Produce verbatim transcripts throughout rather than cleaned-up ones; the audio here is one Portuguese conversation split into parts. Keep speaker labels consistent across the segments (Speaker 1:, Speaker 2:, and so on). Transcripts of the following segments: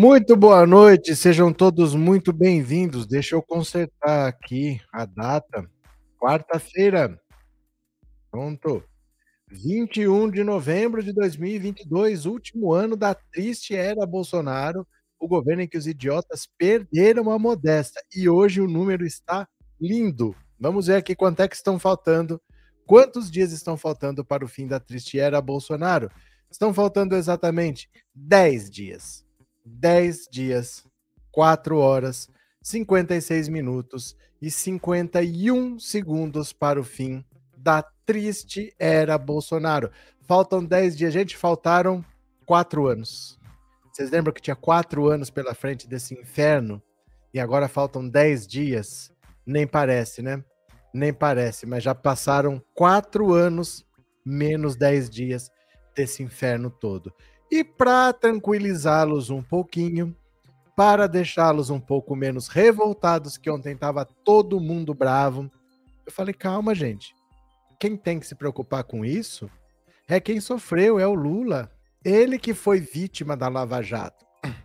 Speaker 1: Muito boa noite, sejam todos muito bem-vindos. Deixa eu consertar aqui a data. Quarta-feira, pronto. vinte e um de novembro de dois mil e vinte e dois, último ano da triste era Bolsonaro, o governo em que os idiotas perderam a modéstia. E hoje o número está lindo. Vamos ver aqui quanto é que estão faltando. Quantos dias estão faltando para o fim da triste era Bolsonaro? Estão faltando exatamente dez dias. dez dias, quatro horas, cinquenta e seis minutos e cinquenta e um segundos para o fim da triste era Bolsonaro. Faltam dez dias, gente, faltaram quatro anos. Vocês lembram que tinha quatro anos pela frente desse inferno? E agora faltam dez dias? Nem parece, né? Nem parece, mas já passaram quatro anos menos dez dias desse inferno todo. E para tranquilizá-los um pouquinho, para deixá-los um pouco menos revoltados, que ontem estava todo mundo bravo, eu falei, calma, gente. Quem tem que se preocupar com isso é quem sofreu, é o Lula. Ele que foi vítima da Lava Jato.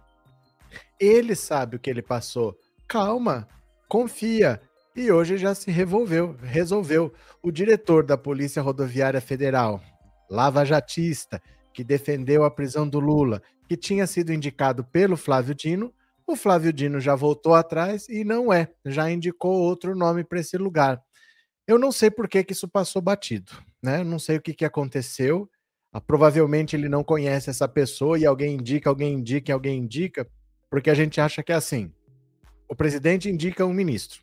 Speaker 1: Ele sabe o que ele passou. Calma, confia. E hoje já se revolveu, resolveu. O diretor da Polícia Rodoviária Federal, lavajatista, que defendeu a prisão do Lula, que tinha sido indicado pelo Flávio Dino, o Flávio Dino já voltou atrás e não é, já indicou outro nome para esse lugar. Eu não sei por que, que isso passou batido, né? Não sei o que, que aconteceu. Ah, provavelmente ele não conhece essa pessoa e alguém indica, alguém indica, alguém indica, porque a gente acha que é assim. O presidente indica um ministro.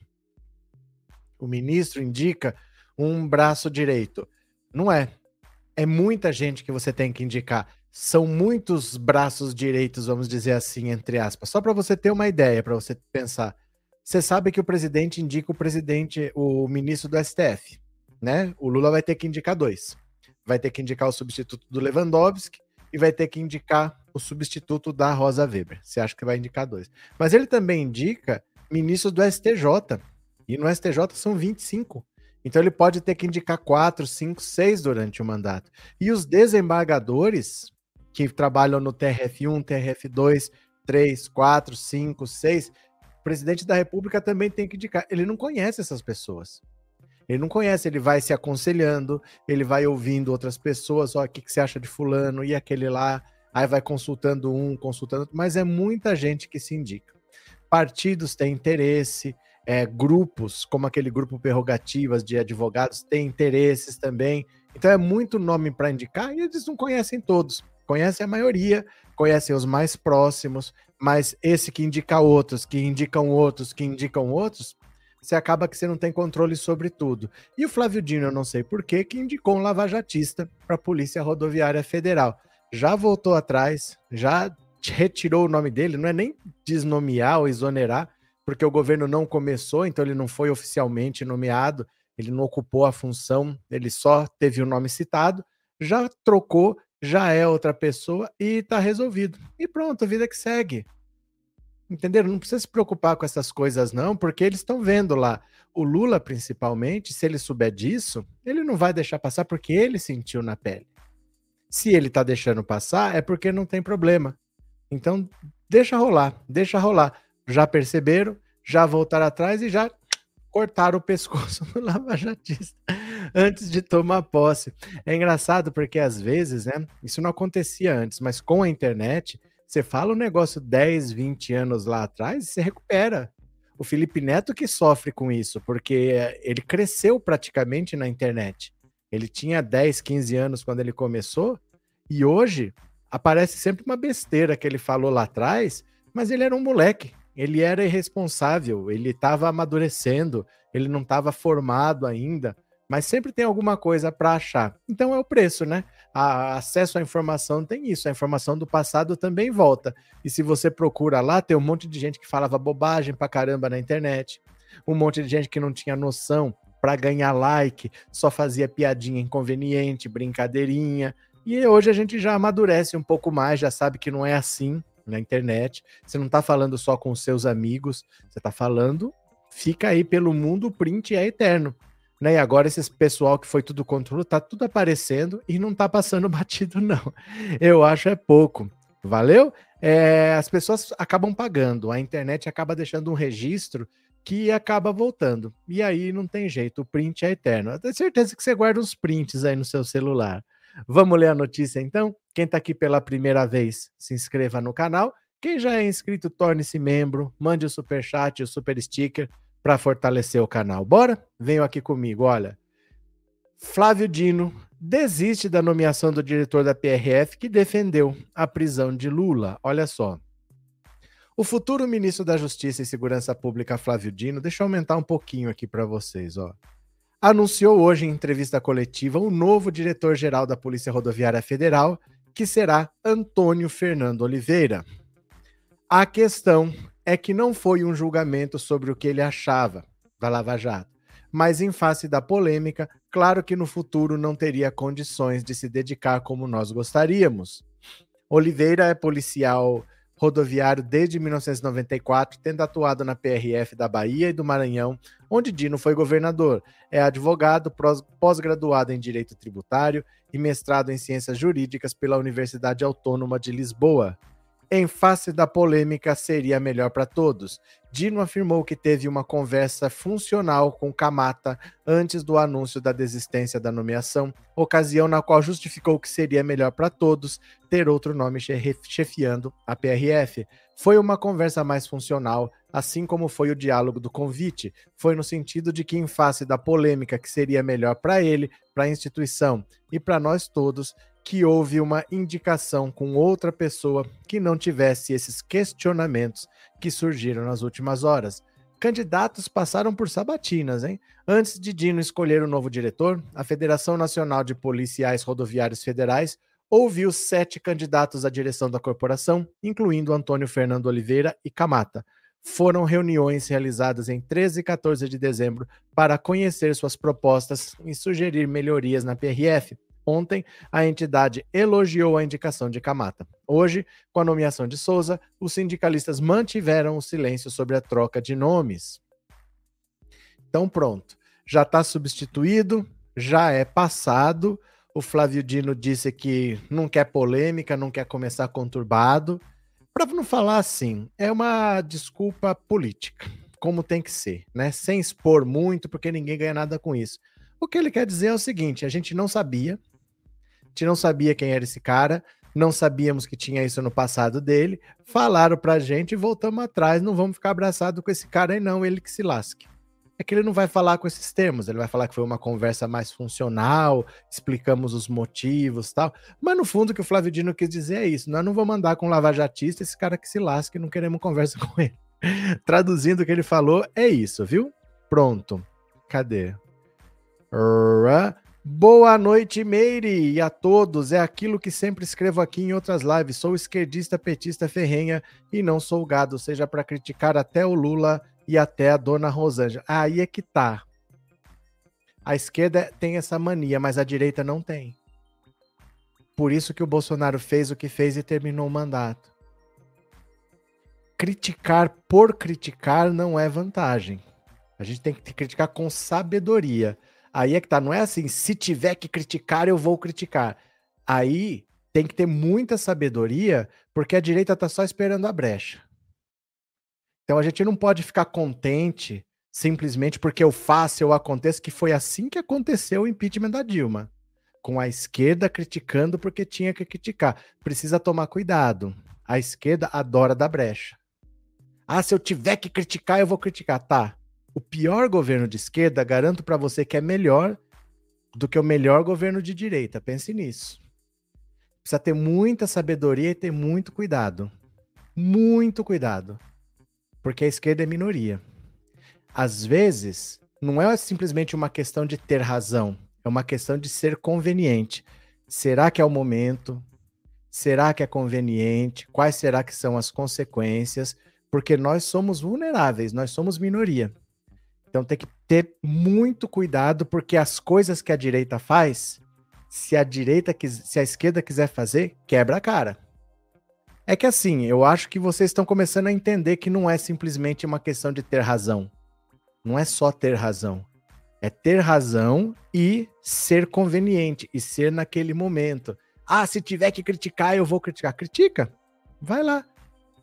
Speaker 1: O ministro indica um braço direito. Não é. É muita gente que você tem que indicar. São muitos braços direitos, vamos dizer assim, entre aspas. Só para você ter uma ideia, para você pensar. Você sabe que o presidente indica o presidente, o ministro do S T F, né? O Lula vai ter que indicar dois. Vai ter que indicar o substituto do Lewandowski e vai ter que indicar o substituto da Rosa Weber. Você acha que vai indicar dois. Mas ele também indica ministro do S T J. E no S T J são vinte e cinco. Então ele pode ter que indicar quatro, cinco, seis durante o mandato. E os desembargadores que trabalham no T R F um, T R F dois, três, quatro, cinco, seis, o presidente da República também tem que indicar. Ele não conhece essas pessoas. Ele não conhece, ele vai se aconselhando, ele vai ouvindo outras pessoas, ó, o que, que você acha de fulano, e aquele lá, aí vai consultando um, consultando outro, mas é muita gente que se indica. Partidos têm interesse, é, grupos, como aquele grupo Prerrogativas de advogados, têm interesses também. Então é muito nome para indicar e eles não conhecem todos. Conhecem a maioria, conhecem os mais próximos, mas esse que indica outros, que indicam outros, que indicam outros, você acaba que você não tem controle sobre tudo. E o Flávio Dino, eu não sei porquê, que indicou um lavajatista para a Polícia Rodoviária Federal. Já voltou atrás, já retirou o nome dele, não é nem desnomear ou exonerar, porque o governo não começou, então ele não foi oficialmente nomeado, ele não ocupou a função, ele só teve o nome citado, já trocou, já é outra pessoa e tá resolvido. E pronto, a vida que segue. Entenderam? Não precisa se preocupar com essas coisas não, porque eles estão vendo lá. O Lula, principalmente, se ele souber disso, ele não vai deixar passar porque ele sentiu na pele. Se ele tá deixando passar, é porque não tem problema. Então, deixa rolar, deixa rolar. Já perceberam, já voltaram atrás e já cortaram o pescoço do lavajatista antes de tomar posse. É engraçado porque, às vezes, né, isso não acontecia antes, mas com a internet, você fala um negócio dez, vinte anos lá atrás e você recupera. O Felipe Neto que sofre com isso, porque ele cresceu praticamente na internet. Ele tinha dez, quinze anos quando ele começou e hoje aparece sempre uma besteira que ele falou lá atrás, mas ele era um moleque. Ele era irresponsável, ele estava amadurecendo, ele não estava formado ainda, mas sempre tem alguma coisa para achar. Então é o preço, né? A acesso à informação tem isso, a informação do passado também volta. E se você procura lá, tem um monte de gente que falava bobagem pra caramba na internet, um monte de gente que não tinha noção para ganhar like, só fazia piadinha inconveniente, brincadeirinha. E hoje a gente já amadurece um pouco mais, já sabe que não é assim na internet, você não tá falando só com os seus amigos, você tá falando, fica aí pelo mundo, o print é eterno, né? E agora esse pessoal que foi tudo contra, tá tudo aparecendo e não tá passando batido não. Eu acho é pouco. Valeu? é, as pessoas acabam pagando, a internet acaba deixando um registro que acaba voltando. E aí não tem jeito, o print é eterno. Eu tenho certeza que você guarda uns prints aí no seu celular. Vamos ler a notícia então? Quem está aqui pela primeira vez, se inscreva no canal. Quem já é inscrito, torne-se membro, mande o superchat, o super sticker para fortalecer o canal. Bora? Venham aqui comigo, olha. Flávio Dino desiste da nomeação do diretor da P R F que defendeu a prisão de Lula. Olha só. O futuro ministro da Justiça e Segurança Pública, Flávio Dino, deixa eu aumentar um pouquinho aqui para vocês, ó. Anunciou hoje em entrevista coletiva o novo diretor-geral da Polícia Rodoviária Federal, que será Antônio Fernando Oliveira. A questão é que não foi um julgamento sobre o que ele achava da Lava Jato, mas em face da polêmica, claro que no futuro não teria condições de se dedicar como nós gostaríamos. Oliveira é policial rodoviário desde mil novecentos e noventa e quatro, tendo atuado na P R F da Bahia e do Maranhão, onde Dino foi governador. É advogado, pós-graduado em Direito Tributário e mestrado em Ciências Jurídicas pela Universidade Autônoma de Lisboa. Em face da polêmica, seria melhor para todos. Dino afirmou que teve uma conversa funcional com Camata antes do anúncio da desistência da nomeação, ocasião na qual justificou que seria melhor para todos ter outro nome chefiando a P R F. Foi uma conversa mais funcional, assim como foi o diálogo do convite. Foi no sentido de que, em face da polêmica, que seria melhor para ele, para a instituição e para nós todos, que houve uma indicação com outra pessoa que não tivesse esses questionamentos que surgiram nas últimas horas. Candidatos passaram por sabatinas, hein? Antes de Dino escolher o novo diretor, a Federação Nacional de Policiais Rodoviários Federais ouviu sete candidatos à direção da corporação, incluindo Antônio Fernando Oliveira e Camata. Foram reuniões realizadas em treze e quatorze de dezembro para conhecer suas propostas e sugerir melhorias na P R F. Ontem, a entidade elogiou a indicação de Camata. Hoje, com a nomeação de Souza, os sindicalistas mantiveram o silêncio sobre a troca de nomes. Então pronto, já está substituído, já é passado. O Flávio Dino disse que não quer polêmica, não quer começar conturbado. Para não falar assim, é uma desculpa política, como tem que ser, né? Sem expor muito, porque ninguém ganha nada com isso. O que ele quer dizer é o seguinte: a gente não sabia, a gente não sabia quem era esse cara, não sabíamos que tinha isso no passado dele, falaram pra gente e voltamos atrás, não vamos ficar abraçados com esse cara aí não, ele que se lasque. É que ele não vai falar com esses termos, ele vai falar que foi uma conversa mais funcional, explicamos os motivos e tal, mas no fundo o que o Flávio Dino quis dizer é isso: nós não vamos andar com um lavajatista, esse cara que se lasque, não queremos conversa com ele. Traduzindo o que ele falou, é isso, viu? Pronto. Cadê? Boa noite, Meire, e a todos. É aquilo que sempre escrevo aqui em outras lives. Sou esquerdista, petista, ferrenha e não sou gado, seja para criticar até o Lula e até a dona Rosângela. Aí é que tá. A esquerda tem essa mania, mas a direita não tem. Por isso que o Bolsonaro fez o que fez e terminou o mandato. Criticar por criticar não é vantagem. A gente tem que criticar com sabedoria. Aí é que tá, não é assim, se tiver que criticar, eu vou criticar. Aí tem que ter muita sabedoria, porque a direita tá só esperando a brecha. Então a gente não pode ficar contente simplesmente porque eu faço, eu aconteço, que foi assim que aconteceu o impeachment da Dilma. Com a esquerda criticando porque tinha que criticar. Precisa tomar cuidado. A esquerda adora dar brecha. Ah, se eu tiver que criticar, eu vou criticar. Tá. O pior governo de esquerda, garanto para você que é melhor do que o melhor governo de direita. Pense nisso. Precisa ter muita sabedoria e ter muito cuidado. Muito cuidado. Porque a esquerda é minoria. Às vezes, não é simplesmente uma questão de ter razão. É uma questão de ser conveniente. Será que é o momento? Será que é conveniente? Quais será que são as consequências? Porque nós somos vulneráveis, nós somos minoria. Então tem que ter muito cuidado, porque as coisas que a direita faz, se a direita, se a esquerda quiser fazer, quebra a cara. É que assim, eu acho que vocês estão começando a entender que não é simplesmente uma questão de ter razão. Não é só ter razão. É ter razão e ser conveniente, e ser naquele momento. Ah, se tiver que criticar, eu vou criticar. Critica. Vai lá.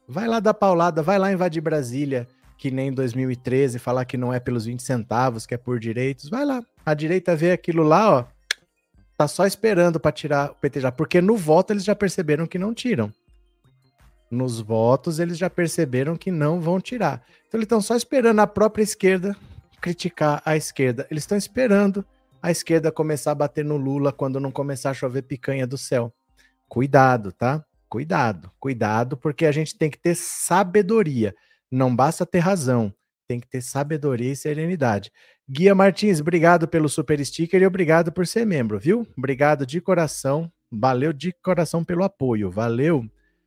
Speaker 1: Vai lá dar paulada, vai lá invadir Brasília, que nem em dois mil e treze, falar que não é pelos vinte centavos, que é por direitos. Vai lá. A direita vê aquilo lá, ó, tá só esperando para tirar o P T já, porque no voto eles já perceberam que não tiram. Nos votos eles já perceberam que não vão tirar. Então eles estão só esperando a própria esquerda criticar a esquerda. Eles estão esperando a esquerda começar a bater no Lula quando não começar a chover picanha do céu. Cuidado, tá? Cuidado, cuidado, porque a gente tem que ter sabedoria. Não basta ter razão, tem que ter sabedoria e serenidade. Guia Martins, obrigado pelo super sticker e obrigado por ser membro, viu? Obrigado de coração, valeu de coração pelo apoio, valeu.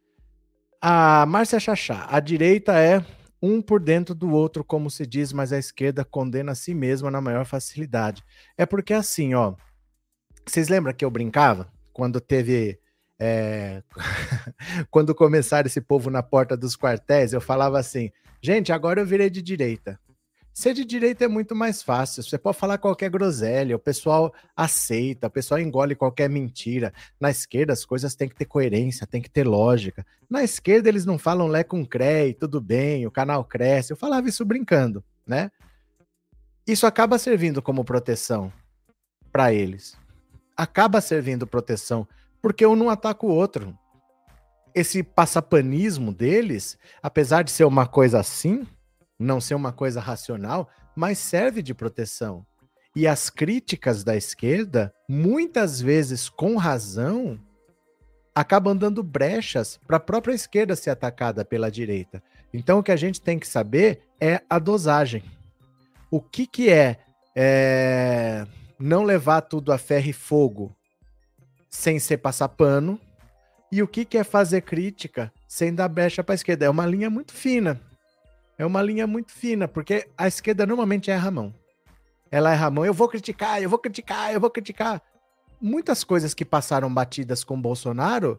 Speaker 1: A Márcia Chachá, a direita é um por dentro do outro, como se diz, mas a esquerda condena a si mesma na maior facilidade. É porque assim, ó, vocês lembram que eu brincava? Quando teve... É... Quando começaram esse povo na porta dos quartéis, eu falava assim, gente, agora eu virei de direita. Ser de direita é muito mais fácil, você pode falar qualquer groselha, o pessoal aceita, o pessoal engole qualquer mentira. Na esquerda as coisas têm que ter coerência, tem que ter lógica. Na esquerda eles não falam lé com cré e tudo bem, o canal cresce. Eu falava isso brincando, né? Isso acaba servindo como proteção para eles. Acaba servindo proteção, porque um não ataca o outro. Esse passapanismo deles, apesar de ser uma coisa assim, não ser uma coisa racional, mas serve de proteção. E as críticas da esquerda, muitas vezes com razão, acabam dando brechas para a própria esquerda ser atacada pela direita. Então o que a gente tem que saber é a dosagem. O que, que é, é não levar tudo a ferro e fogo sem ser passar pano, e o que, que é fazer crítica sem dar brecha para a esquerda. É uma linha muito fina. É uma linha muito fina, porque a esquerda normalmente erra a mão. Ela erra a mão, eu vou criticar, eu vou criticar, eu vou criticar. Muitas coisas que passaram batidas com Bolsonaro,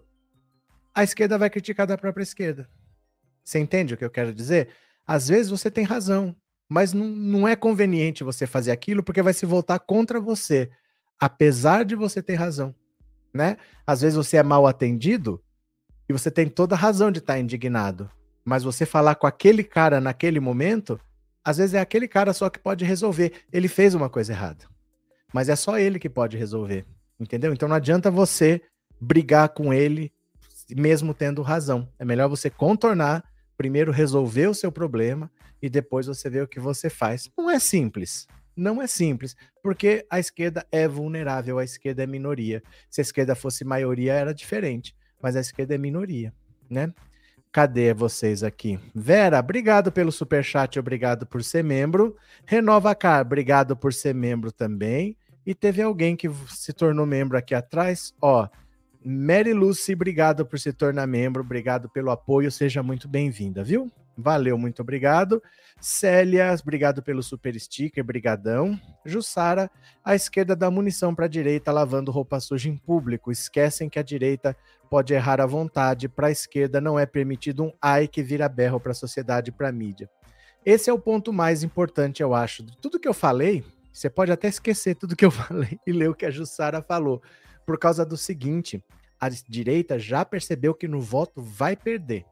Speaker 1: a esquerda vai criticar da própria esquerda. Você entende o que eu quero dizer? Às vezes você tem razão, mas não, não é conveniente você fazer aquilo porque vai se voltar contra você, apesar de você ter razão, né? Às vezes você é mal atendido e você tem toda a razão de estar indignado. Mas você falar com aquele cara naquele momento, às vezes é aquele cara só que pode resolver. Ele fez uma coisa errada, mas é só ele que pode resolver, entendeu? Então não adianta você brigar com ele mesmo tendo razão. É melhor você contornar, primeiro resolver o seu problema e depois você vê o que você faz. Não é simples, não é simples, porque a esquerda é vulnerável, a esquerda é minoria. Se a esquerda fosse maioria era diferente, mas a esquerda é minoria, né? Cadê vocês aqui? Vera, obrigado pelo superchat, obrigado por ser membro. Renova Car, obrigado por ser membro também. E teve alguém que se tornou membro aqui atrás, ó. Mary Lucy, obrigado por se tornar membro, obrigado pelo apoio, seja muito bem-vinda, viu? Valeu, muito obrigado. Célia, obrigado pelo super sticker, brigadão. Jussara, a esquerda dá munição para a direita lavando roupa suja em público. Esquecem que a direita pode errar à vontade, para a esquerda não é permitido um ai que vira berro para a sociedade e para a mídia. Esse é o ponto mais importante, eu acho. De tudo que eu falei, você pode até esquecer tudo que eu falei e ler o que a Jussara falou, por causa do seguinte, a direita já percebeu que no voto vai perder.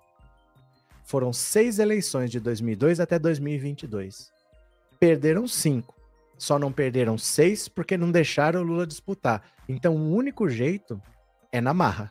Speaker 1: Foram seis eleições de dois mil e dois até dois mil e vinte e dois. Perderam cinco. Só não perderam seis porque não deixaram o Lula disputar. Então o único jeito é na marra.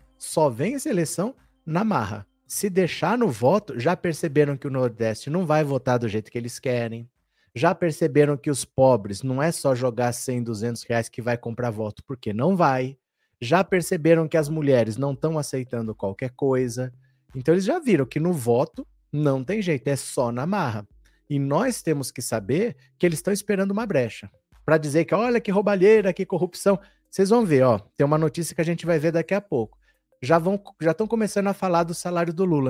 Speaker 1: Só vence a eleição na marra. Se deixar no voto, já perceberam que o Nordeste não vai votar do jeito que eles querem. Já perceberam que os pobres não é só jogar cem, duzentos reais que vai comprar voto, porque não vai. Já perceberam que as mulheres não estão aceitando qualquer coisa. Então eles já viram que no voto não tem jeito, é só na marra. E nós temos que saber que eles estão esperando uma brecha para dizer que olha que roubalheira, que corrupção. Vocês vão ver, ó, tem uma notícia que a gente vai ver daqui a pouco. Já vão, já estão começando a falar do salário do Lula.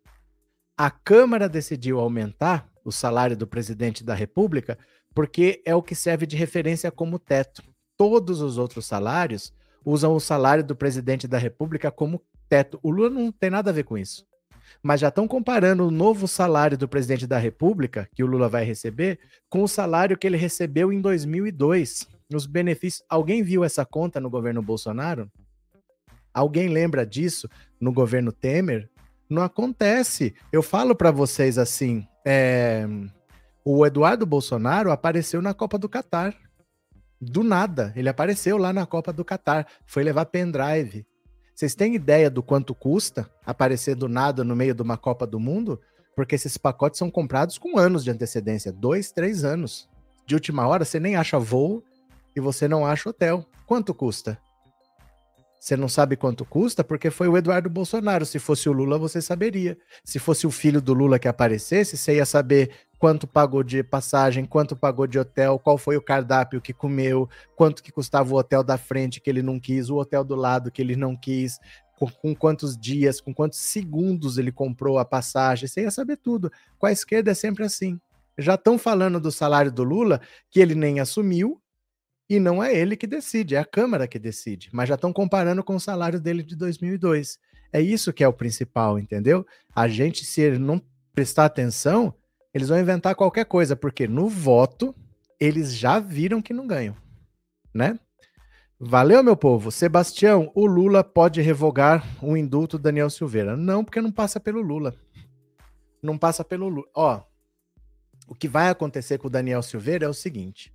Speaker 1: A Câmara decidiu aumentar o salário do presidente da República porque é o que serve de referência como teto. Todos os outros salários usam o salário do presidente da República como teto. O Lula não tem nada a ver com isso. Mas já estão comparando o novo salário do presidente da República, que o Lula vai receber, com o salário que ele recebeu em dois mil e dois. Os benefícios. Alguém viu essa conta no governo Bolsonaro? Alguém lembra disso no governo Temer? Não acontece. Eu falo para vocês assim, é, o Eduardo Bolsonaro apareceu na Copa do Catar. Do nada, ele apareceu lá na Copa do Catar, foi levar pendrive. Vocês têm ideia do quanto custa aparecer do nada no meio de uma Copa do Mundo? Porque esses pacotes são comprados com anos de antecedência, dois, três anos. De última hora, você nem acha voo e você não acha hotel. Quanto custa? Você não sabe quanto custa porque foi o Eduardo Bolsonaro. Se fosse o Lula, você saberia. Se fosse o filho do Lula que aparecesse, você ia saber quanto pagou de passagem, quanto pagou de hotel, qual foi o cardápio que comeu, quanto que custava o hotel da frente que ele não quis, o hotel do lado que ele não quis, com, com quantos dias, com quantos segundos ele comprou a passagem. Você ia saber tudo. Com a esquerda é sempre assim. Já estão falando do salário do Lula, que ele nem assumiu, e não é ele que decide, é a Câmara que decide. Mas já estão comparando com o salário dele de dois mil e dois. É isso que é o principal, entendeu? A gente, se não prestar atenção, eles vão inventar qualquer coisa, porque no voto, eles já viram que não ganham, né? Valeu, meu povo. Sebastião, o Lula pode revogar o indulto do Daniel Silveira. Não, porque não passa pelo Lula. Não passa pelo Lula. Ó, o que vai acontecer com o Daniel Silveira é o seguinte.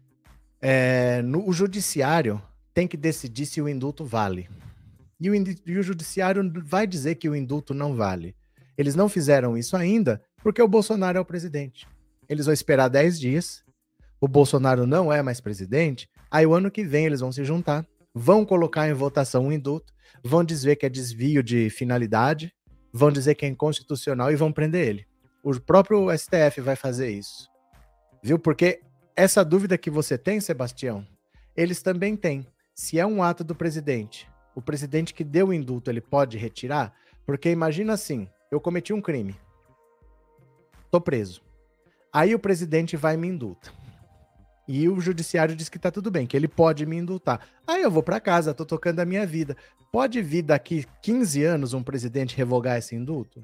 Speaker 1: É, no, o judiciário tem que decidir se o indulto vale. E o, e o judiciário vai dizer que o indulto não vale. Eles não fizeram isso ainda porque o Bolsonaro é o presidente. Eles vão esperar dez dias, o Bolsonaro não é mais presidente, aí o ano que vem eles vão se juntar, vão colocar em votação um indulto, vão dizer que é desvio de finalidade, vão dizer que é inconstitucional e vão prender ele. O próprio S T F vai fazer isso. Viu? Porque essa dúvida que você tem, Sebastião, eles também têm. Se é um ato do presidente, o presidente que deu o indulto, ele pode retirar? Porque imagina assim, eu cometi um crime, tô preso. Aí o presidente vai e me indulta. E o judiciário diz que tá tudo bem, que ele pode me indultar. Aí eu vou para casa, tô tocando a minha vida. Pode vir daqui quinze anos um presidente revogar esse indulto?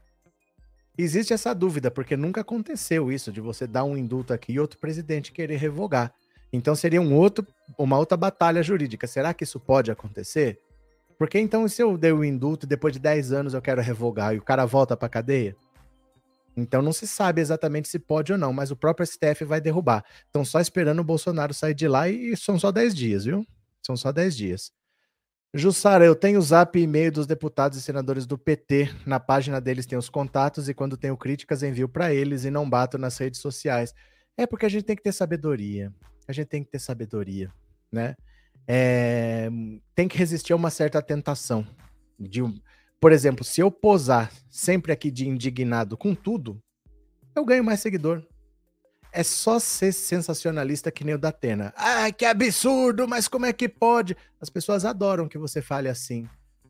Speaker 1: Existe essa dúvida, porque nunca aconteceu isso, de você dar um indulto aqui e outro presidente querer revogar. Então seria um outro, uma outra batalha jurídica. Será que isso pode acontecer? Porque então se eu dei o indulto e depois de dez anos eu quero revogar e o cara volta pra cadeia? Então não se sabe exatamente se pode ou não, mas o próprio S T F vai derrubar. Estão só esperando o Bolsonaro sair de lá e são só dez dias, viu? São só dez dias. Jussara, eu tenho o zap e e-mail dos deputados e senadores do P T. Na página deles tem os contatos e quando tenho críticas envio para eles e não bato nas redes sociais. É porque a gente tem que ter sabedoria. A gente tem que ter sabedoria, né? É... Tem que resistir a uma certa tentação. De um... Por exemplo, se eu posar sempre aqui de indignado com tudo, eu ganho mais seguidor. É só ser sensacionalista que nem o da Atena. Ah, que absurdo, mas como é que pode? As pessoas adoram que você fale assim,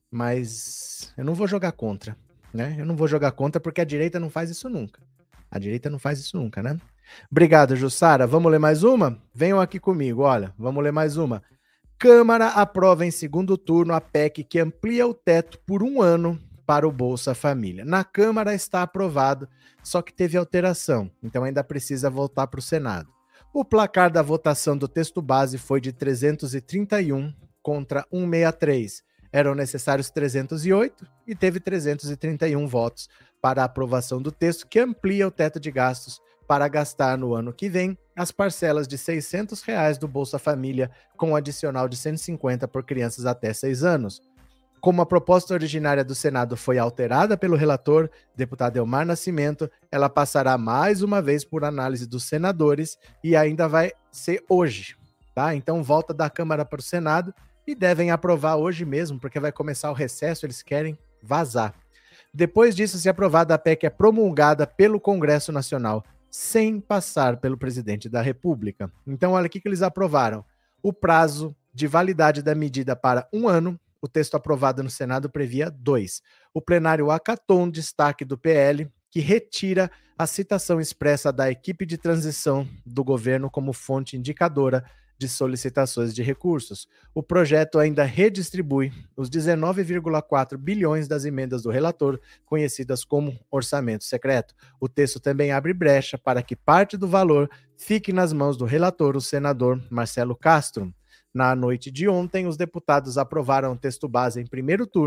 Speaker 1: mas eu não vou jogar contra, né? Eu não vou jogar contra porque a direita não faz isso nunca. A direita não faz isso nunca, né? Obrigado, Jussara. Vamos ler mais uma? Venham aqui comigo, olha, vamos ler mais uma. Câmara aprova em segundo turno a P E C que amplia o teto por um ano para o Bolsa Família. Na Câmara está aprovado, só que teve alteração, então ainda precisa voltar para o Senado. O placar da votação do texto base foi de trezentos e trinta e um contra cento e sessenta e três. Eram necessários trezentos e oito e teve trezentos e trinta e um votos para a aprovação do texto, que amplia o teto de gastos para gastar no ano que vem as parcelas de seiscentos reais do Bolsa Família, com um adicional de cento e cinquenta por crianças até seis anos. Como a proposta originária do Senado foi alterada pelo relator, deputado Elmar Nascimento, ela passará mais uma vez por análise dos senadores e ainda vai ser hoje, tá? Então volta da Câmara para o Senado e devem aprovar hoje mesmo, porque vai começar o recesso, eles querem vazar. Depois disso, se aprovada, a P E C é promulgada pelo Congresso Nacional, sem passar pelo presidente da República. Então, olha o que eles aprovaram. O prazo de validade da medida para um ano. O texto aprovado no Senado previa dois. O plenário acatou um destaque do P L que retira a citação expressa da equipe de transição do governo como fonte indicadora de solicitações de recursos. O projeto ainda redistribui os dezenove vírgula quatro bilhões das emendas do relator, conhecidas como orçamento secreto. O texto também abre brecha para que parte do valor fique nas mãos do relator, o senador Marcelo Castro. Na noite de ontem, os deputados aprovaram o texto base em primeiro turno,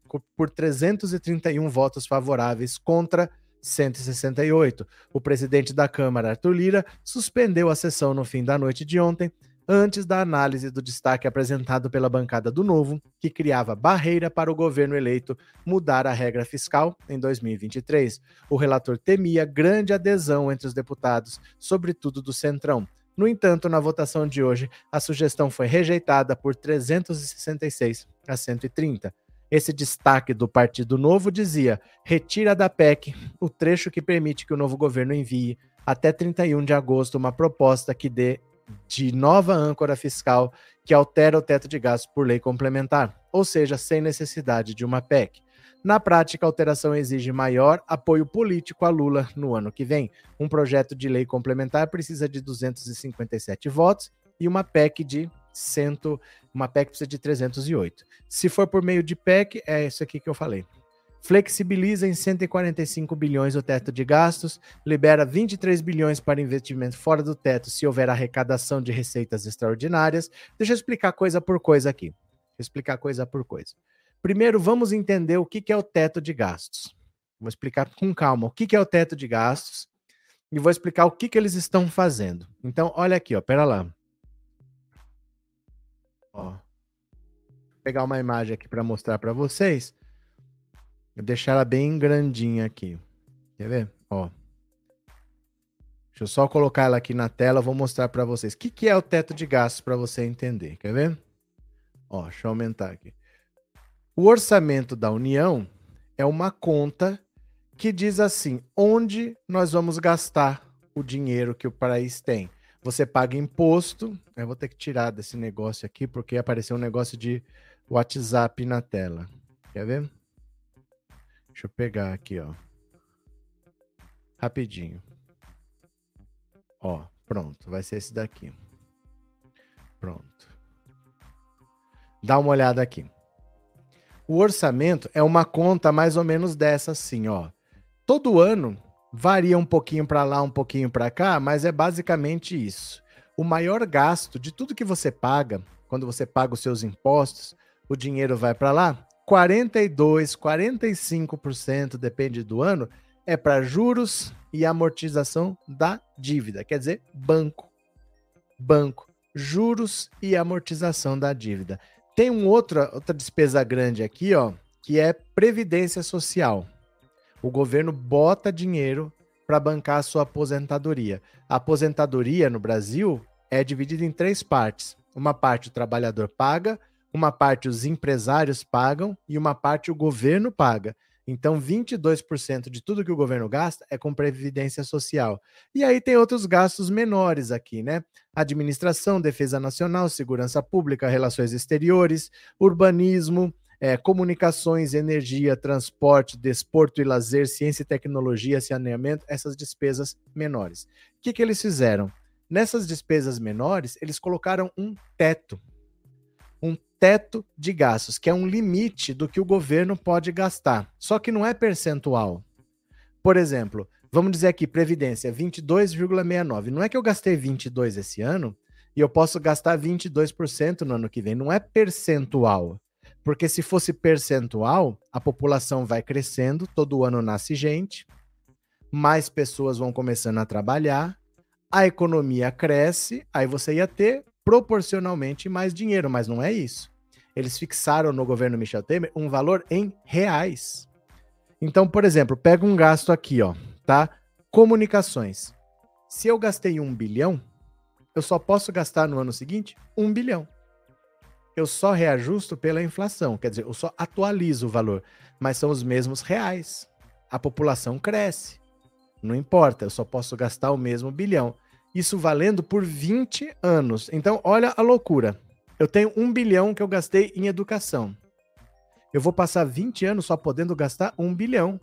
Speaker 1: por trezentos e trinta e um votos favoráveis contra cento e sessenta e oito. O presidente da Câmara, Arthur Lira, suspendeu a sessão no fim da noite de ontem, antes da análise do destaque apresentado pela bancada do Novo, que criava barreira para o governo eleito mudar a regra fiscal em dois mil e vinte e três. O relator temia grande adesão entre os deputados, sobretudo do Centrão. No entanto, na votação de hoje, a sugestão foi rejeitada por trezentos e sessenta e seis a cento e trinta. Esse destaque do Partido Novo dizia: retira da P E C o trecho que permite que o novo governo envie até trinta e um de agosto uma proposta que dê de nova âncora fiscal que altera o teto de gastos por lei complementar, ou seja, sem necessidade de uma P E C. Na prática, a alteração exige maior apoio político a Lula no ano que vem. Um projeto de lei complementar precisa de duzentos e cinquenta e sete votos e uma P E C de cem, uma P E C precisa de trezentos e oito. Se for por meio de P E C, é isso aqui que eu falei. Flexibiliza em cento e quarenta e cinco bilhões o teto de gastos, libera vinte e três bilhões para investimento fora do teto se houver arrecadação de receitas extraordinárias. Deixa eu explicar coisa por coisa aqui. Vou explicar coisa por coisa. Primeiro, vamos entender o que é o teto de gastos. Vou explicar com calma o que é o teto de gastos e vou explicar o que eles estão fazendo. Então, olha aqui, ó, pera lá. Ó, vou pegar uma imagem aqui para mostrar para vocês. Vou deixar ela bem grandinha aqui. Quer ver? Ó. Deixa eu só colocar ela aqui na tela, vou mostrar para vocês. O que, que é o teto de gastos para você entender? Quer ver? Ó, deixa eu aumentar aqui. O orçamento da União é uma conta que diz assim, onde nós vamos gastar o dinheiro que o país tem. Você paga imposto, eu vou ter que tirar desse negócio aqui, porque apareceu um negócio de WhatsApp na tela. Quer ver? Deixa eu pegar aqui, ó. Rapidinho. Ó, pronto. Vai ser esse daqui. Pronto. Dá uma olhada aqui. O orçamento é uma conta mais ou menos dessa assim, ó. Todo ano varia um pouquinho para lá, um pouquinho para cá, mas é basicamente isso. O maior gasto de tudo que você paga, quando você paga os seus impostos, o dinheiro vai para lá, quarenta e dois por cento, quarenta e cinco por cento, depende do ano, é para juros e amortização da dívida. Quer dizer, banco. Banco. Juros e amortização da dívida. Tem um outra, outra despesa grande aqui, ó, que é previdência social. O governo bota dinheiro para bancar a sua aposentadoria. A aposentadoria no Brasil é dividida em três partes. Uma parte o trabalhador paga, uma parte os empresários pagam e uma parte o governo paga. Então, vinte e dois por cento de tudo que o governo gasta é com previdência social. E aí tem outros gastos menores aqui, né? Administração, defesa nacional, segurança pública, relações exteriores, urbanismo, é, comunicações, energia, transporte, desporto e lazer, ciência e tecnologia, saneamento, essas despesas menores. O que, que eles fizeram? Nessas despesas menores, eles colocaram um teto. Um teto de gastos, que é um limite do que o governo pode gastar. Só que não é percentual. Por exemplo, vamos dizer aqui, Previdência, vinte e dois vírgula sessenta e nove. Não é que eu gastei vinte e dois esse ano e eu posso gastar vinte e dois por cento no ano que vem. Não é percentual. Porque se fosse percentual, a população vai crescendo, todo ano nasce gente, mais pessoas vão começando a trabalhar, a economia cresce, aí você ia ter proporcionalmente mais dinheiro, mas não é isso. Eles fixaram no governo Michel Temer um valor em reais. Então, por exemplo, pega um gasto aqui, ó, tá? Comunicações. Se eu gastei um bilhão, eu só posso gastar no ano seguinte um bilhão. Eu só reajusto pela inflação, quer dizer, eu só atualizo o valor, mas são os mesmos reais. A população cresce. Não importa, eu só posso gastar o mesmo bilhão. Isso valendo por vinte anos. Então, olha a loucura. Eu tenho um bilhão que eu gastei em educação. Eu vou passar vinte anos só podendo gastar um bilhão.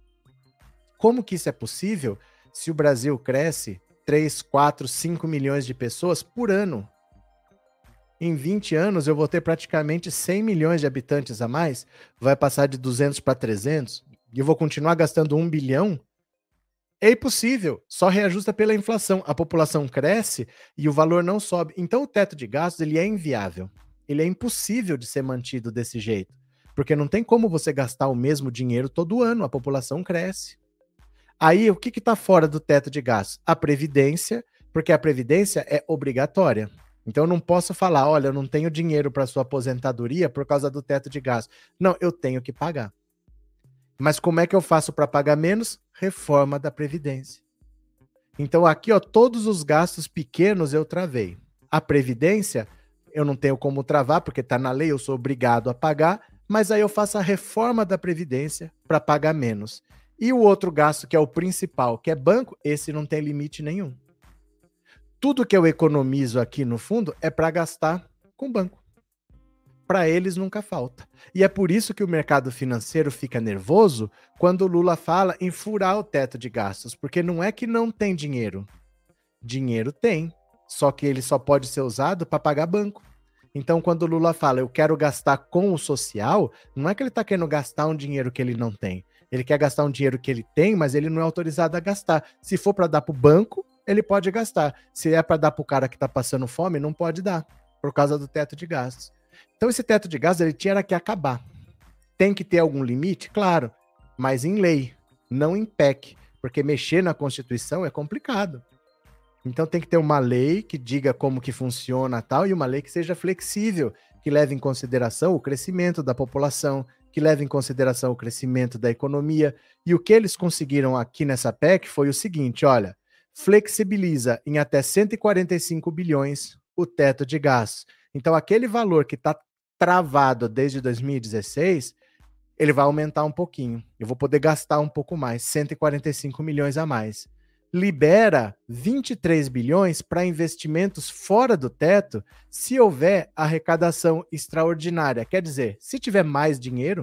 Speaker 1: Como que isso é possível se o Brasil cresce três, quatro, cinco milhões de pessoas por ano? Em vinte anos eu vou ter praticamente cem milhões de habitantes a mais. Vai passar de duzentos para trezentos. E eu vou continuar gastando um bilhão? É impossível, só reajusta pela inflação. A população cresce e o valor não sobe. Então o teto de gastos ele é inviável. Ele é impossível de ser mantido desse jeito. porque não tem como você gastar o mesmo dinheiro todo ano, a população cresce. Aí, o que está fora do teto de gastos? A Previdência, porque a Previdência é obrigatória. Então, eu não posso falar, olha, eu não tenho dinheiro para sua aposentadoria por causa do teto de gastos. Não, eu tenho que pagar. Mas como é que eu faço para pagar menos? Reforma da Previdência. Então, aqui, ó, todos os gastos pequenos eu travei. A Previdência, eu não tenho como travar, porque está na lei, eu sou obrigado a pagar, mas aí eu faço a reforma da Previdência para pagar menos. E o outro gasto, que é o principal, que é banco, esse não tem limite nenhum. Tudo que eu economizo aqui no fundo é para gastar com banco. Para eles nunca falta. E é por isso que o mercado financeiro fica nervoso quando o Lula fala em furar o teto de gastos, porque não é que não tem dinheiro. Dinheiro tem, só que ele só pode ser usado para pagar banco. Então, quando o Lula fala, eu quero gastar com o social, não é que ele está querendo gastar um dinheiro que ele não tem. Ele quer gastar um dinheiro que ele tem, mas ele não é autorizado a gastar. Se for para dar para o banco, ele pode gastar. Se é para dar para o cara que está passando fome, não pode dar, por causa do teto de gastos. Então, esse teto de gastos, ele tinha que acabar. Tem que ter algum limite? Claro, mas em lei, não em P E C, porque mexer na Constituição é complicado. Então tem que ter uma lei que diga como que funciona tal, e uma lei que seja flexível, que leve em consideração o crescimento da população, que leve em consideração o crescimento da economia. E o que eles conseguiram aqui nessa P E C foi o seguinte, olha, flexibiliza em até cento e quarenta e cinco bilhões o teto de gastos. Então aquele valor que está travado desde dois mil e dezesseis, ele vai aumentar um pouquinho. Eu vou poder gastar um pouco mais, cento e quarenta e cinco milhões a mais. Libera vinte e três bilhões para investimentos fora do teto se houver arrecadação extraordinária. Quer dizer, se tiver mais dinheiro,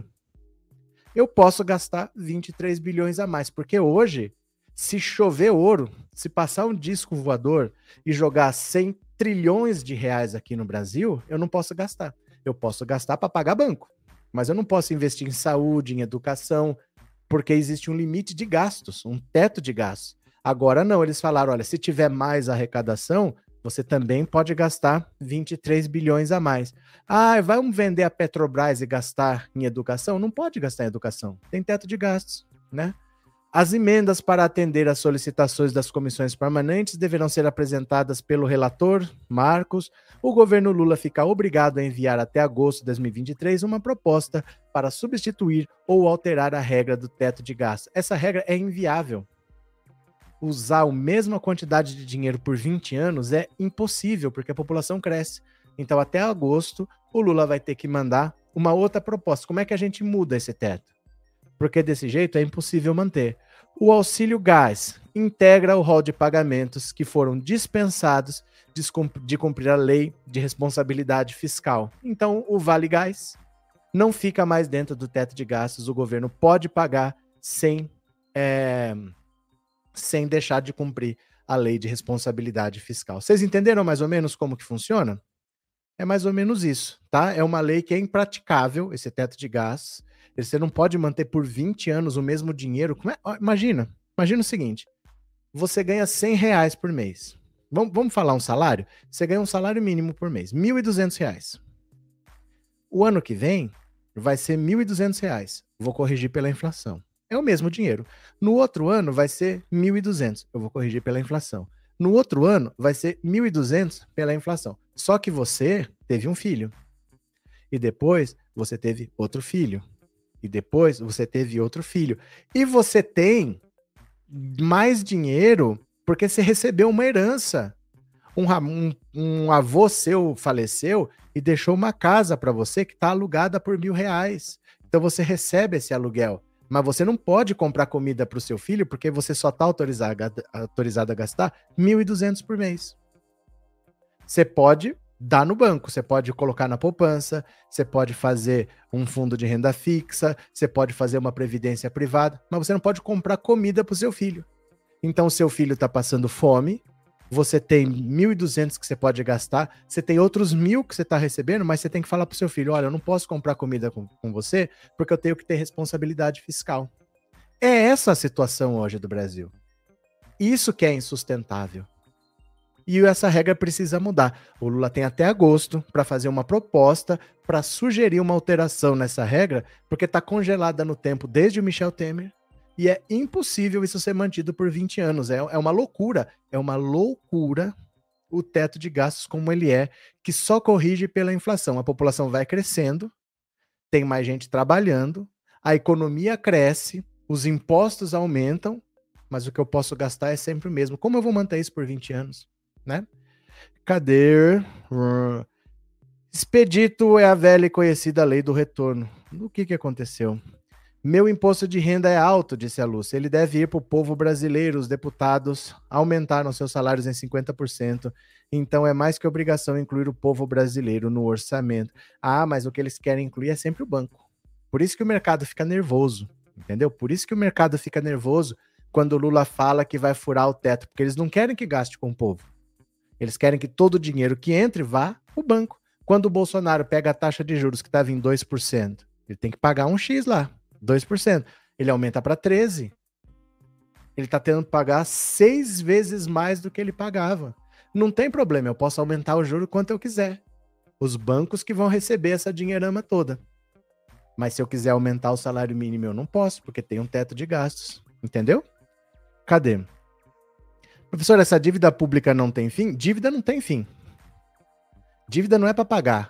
Speaker 1: eu posso gastar vinte e três bilhões a mais, porque hoje, se chover ouro, se passar um disco voador e jogar cem trilhões de reais aqui no Brasil, eu não posso gastar. Eu posso gastar para pagar banco, mas eu não posso investir em saúde, em educação, porque existe um limite de gastos, um teto de gastos. Agora não, eles falaram, olha, se tiver mais arrecadação, você também pode gastar vinte e três bilhões a mais. Ah, vamos vender a Petrobras e gastar em educação? Não pode gastar em educação, tem teto de gastos, né? As emendas para atender às solicitações das comissões permanentes deverão ser apresentadas pelo relator, Marcos. O governo Lula fica obrigado a enviar até agosto de dois mil e vinte e três uma proposta para substituir ou alterar a regra do teto de gastos. Essa regra é inviável. Usar a mesma quantidade de dinheiro por vinte anos é impossível, porque a população cresce. Então, até agosto, o Lula vai ter que mandar uma outra proposta. Como é que a gente muda esse teto? Porque desse jeito é impossível manter. O auxílio gás integra o rol de pagamentos que foram dispensados de cumprir a lei de responsabilidade fiscal. Então, o Vale Gás não fica mais dentro do teto de gastos. O governo pode pagar sem... É... sem deixar de cumprir a lei de responsabilidade fiscal. Vocês entenderam mais ou menos como que funciona? É mais ou menos isso, tá? É uma lei que é impraticável, esse teto de gastos. Você não pode manter por vinte anos o mesmo dinheiro. Como é? Imagina, imagina o seguinte, você ganha cem reais por mês. Vamos, vamos falar um salário? Você ganha um salário mínimo por mês, mil e duzentos reais. O ano que vem vai ser mil e duzentos reais. Vou corrigir pela inflação. É o mesmo dinheiro. No outro ano vai ser mil e duzentos. Eu vou corrigir pela inflação. No outro ano vai ser mil e duzentos pela inflação. Só que você teve um filho. E depois você teve outro filho. E depois você teve outro filho. E você tem mais dinheiro porque você recebeu uma herança. Um, um, um avô seu faleceu e deixou uma casa para você que está alugada por mil reais. Então você recebe esse aluguel. Mas você não pode comprar comida para o seu filho porque você só está autorizado, autorizado a gastar mil e duzentos por mês. Você pode dar no banco, você pode colocar na poupança, você pode fazer um fundo de renda fixa, você pode fazer uma previdência privada, mas você não pode comprar comida para o seu filho. Então, o seu filho está passando fome, você tem mil e duzentos que você pode gastar, você tem outros mil que você está recebendo, mas você tem que falar para o seu filho, olha, eu não posso comprar comida com, com você porque eu tenho que ter responsabilidade fiscal. É essa a situação hoje do Brasil. Isso que é insustentável. e essa regra precisa mudar. O Lula tem até agosto para fazer uma proposta para sugerir uma alteração nessa regra, porque está congelada no tempo desde o Michel Temer, e é impossível isso ser mantido por vinte anos. É, é uma loucura, é uma loucura o teto de gastos como ele é, que só corrige pela inflação. A população vai crescendo, tem mais gente trabalhando, a economia cresce, os impostos aumentam, mas o que eu posso gastar é sempre o mesmo. Como eu vou manter isso por vinte anos? Né? Cadê? Expedito é a velha e conhecida lei do retorno. O que, que aconteceu? Meu imposto de renda é alto, disse a Lúcia. Ele deve ir para o povo brasileiro. Os deputados aumentaram seus salários em cinquenta por cento. Então é mais que obrigação incluir o povo brasileiro no orçamento. Ah, mas o que eles querem incluir é sempre o banco. Por isso que o mercado fica nervoso, entendeu? Por isso que o mercado fica nervoso quando o Lula fala que vai furar o teto, porque eles não querem que gaste com o povo. Eles querem que todo o dinheiro que entre vá para o banco. Quando o Bolsonaro pega a taxa de juros que estava em dois por cento, ele tem que pagar um X lá, dois por cento. Ele aumenta para treze por cento. Ele está tendo que pagar seis vezes mais do que ele pagava. Não tem problema, eu posso aumentar o juro quanto eu quiser. Os bancos que vão receber essa dinheirama toda. Mas se eu quiser aumentar o salário mínimo, eu não posso, porque tem um teto de gastos. Entendeu? Cadê? Professor, essa dívida pública não tem fim? Dívida não tem fim. Dívida não é para pagar.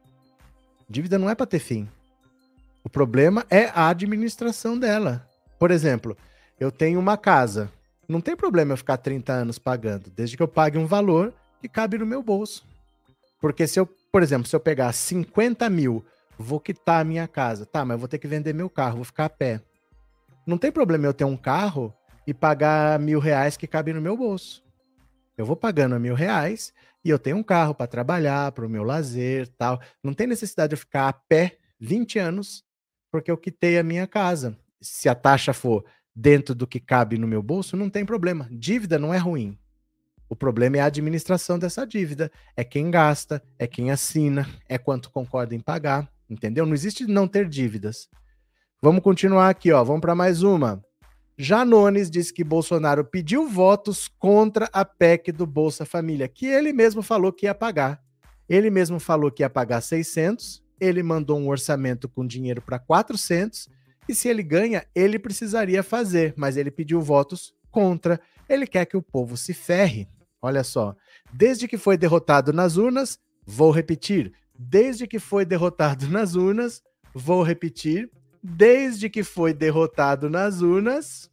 Speaker 1: Dívida não é para ter fim. O problema é a administração dela. Por exemplo, eu tenho uma casa. Não tem problema eu ficar trinta anos pagando, desde que eu pague um valor que cabe no meu bolso. Porque se eu, por exemplo, se eu pegar cinquenta mil, vou quitar a minha casa. Tá, mas eu vou ter que vender meu carro, vou ficar a pé. Não tem problema eu ter um carro e pagar mil reais que cabe no meu bolso. Eu vou pagando mil reais e eu tenho um carro para trabalhar, para o meu lazer, tal. Não tem necessidade de eu ficar a pé vinte anos porque eu quitei a minha casa. Se a taxa for dentro do que cabe no meu bolso, não tem problema. Dívida não é ruim. O problema é a administração dessa dívida. É quem gasta, é quem assina, é quanto concorda em pagar, entendeu? Não existe não ter dívidas. Vamos continuar aqui, ó. Vamos para mais uma. Janones disse que Bolsonaro pediu votos contra a P E C do Bolsa Família, que ele mesmo falou que ia pagar. Ele mesmo falou que ia pagar seiscentos, ele mandou um orçamento com dinheiro para quatrocentos, e se ele ganha, ele precisaria fazer, mas ele pediu votos contra. Ele quer que o povo se ferre. Olha só, desde que foi derrotado nas urnas, vou repetir, desde que foi derrotado nas urnas, vou repetir, desde que foi derrotado nas urnas...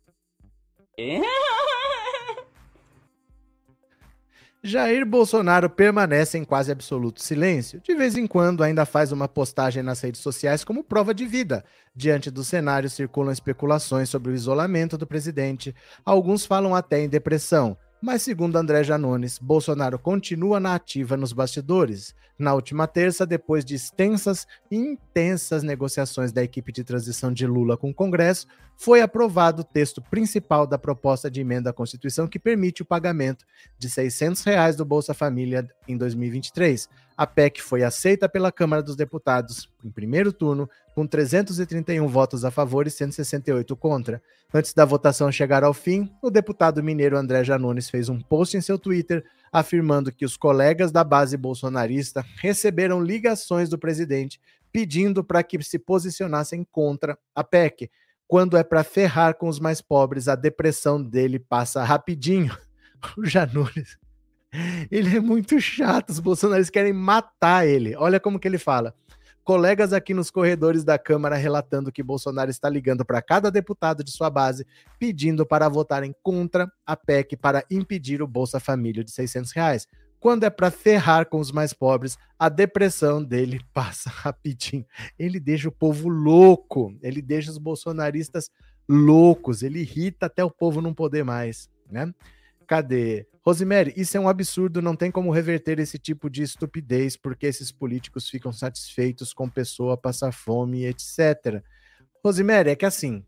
Speaker 1: Jair Bolsonaro permanece em quase absoluto silêncio. De vez em quando ainda faz uma postagem nas redes sociais como prova de vida. Diante do cenário circulam especulações sobre o isolamento do presidente. Alguns falam até em depressão. Mas, segundo André Janones, Bolsonaro continua na ativa nos bastidores. Na última terça, depois de extensas e intensas negociações da equipe de transição de Lula com o Congresso, foi aprovado o texto principal da proposta de emenda à Constituição que permite o pagamento de seiscentos reais do Bolsa Família em dois mil e vinte e três. A P E C foi aceita pela Câmara dos Deputados em primeiro turno, com trezentos e trinta e um votos a favor e cento e sessenta e oito contra. Antes da votação chegar ao fim, o deputado mineiro André Janones fez um post em seu Twitter afirmando que os colegas da base bolsonarista receberam ligações do presidente pedindo para que se posicionassem contra a P E C. Quando é para ferrar com os mais pobres, a depressão dele passa rapidinho. O Janones, ele é muito chato, os bolsonaristas querem matar ele. Olha como que ele fala. Colegas aqui nos corredores da Câmara relatando que Bolsonaro está ligando para cada deputado de sua base, pedindo para votarem contra a P E C para impedir o Bolsa Família de seiscentos reais. Quando é para ferrar com os mais pobres, a depressão dele passa rapidinho. Ele deixa o povo louco, ele deixa os bolsonaristas loucos, ele irrita até o povo não poder mais, né? Cadê? Rosemary, isso é um absurdo, não tem como reverter esse tipo de estupidez, porque esses políticos ficam satisfeitos com pessoa passar fome, etcétera. Rosemary, é que assim,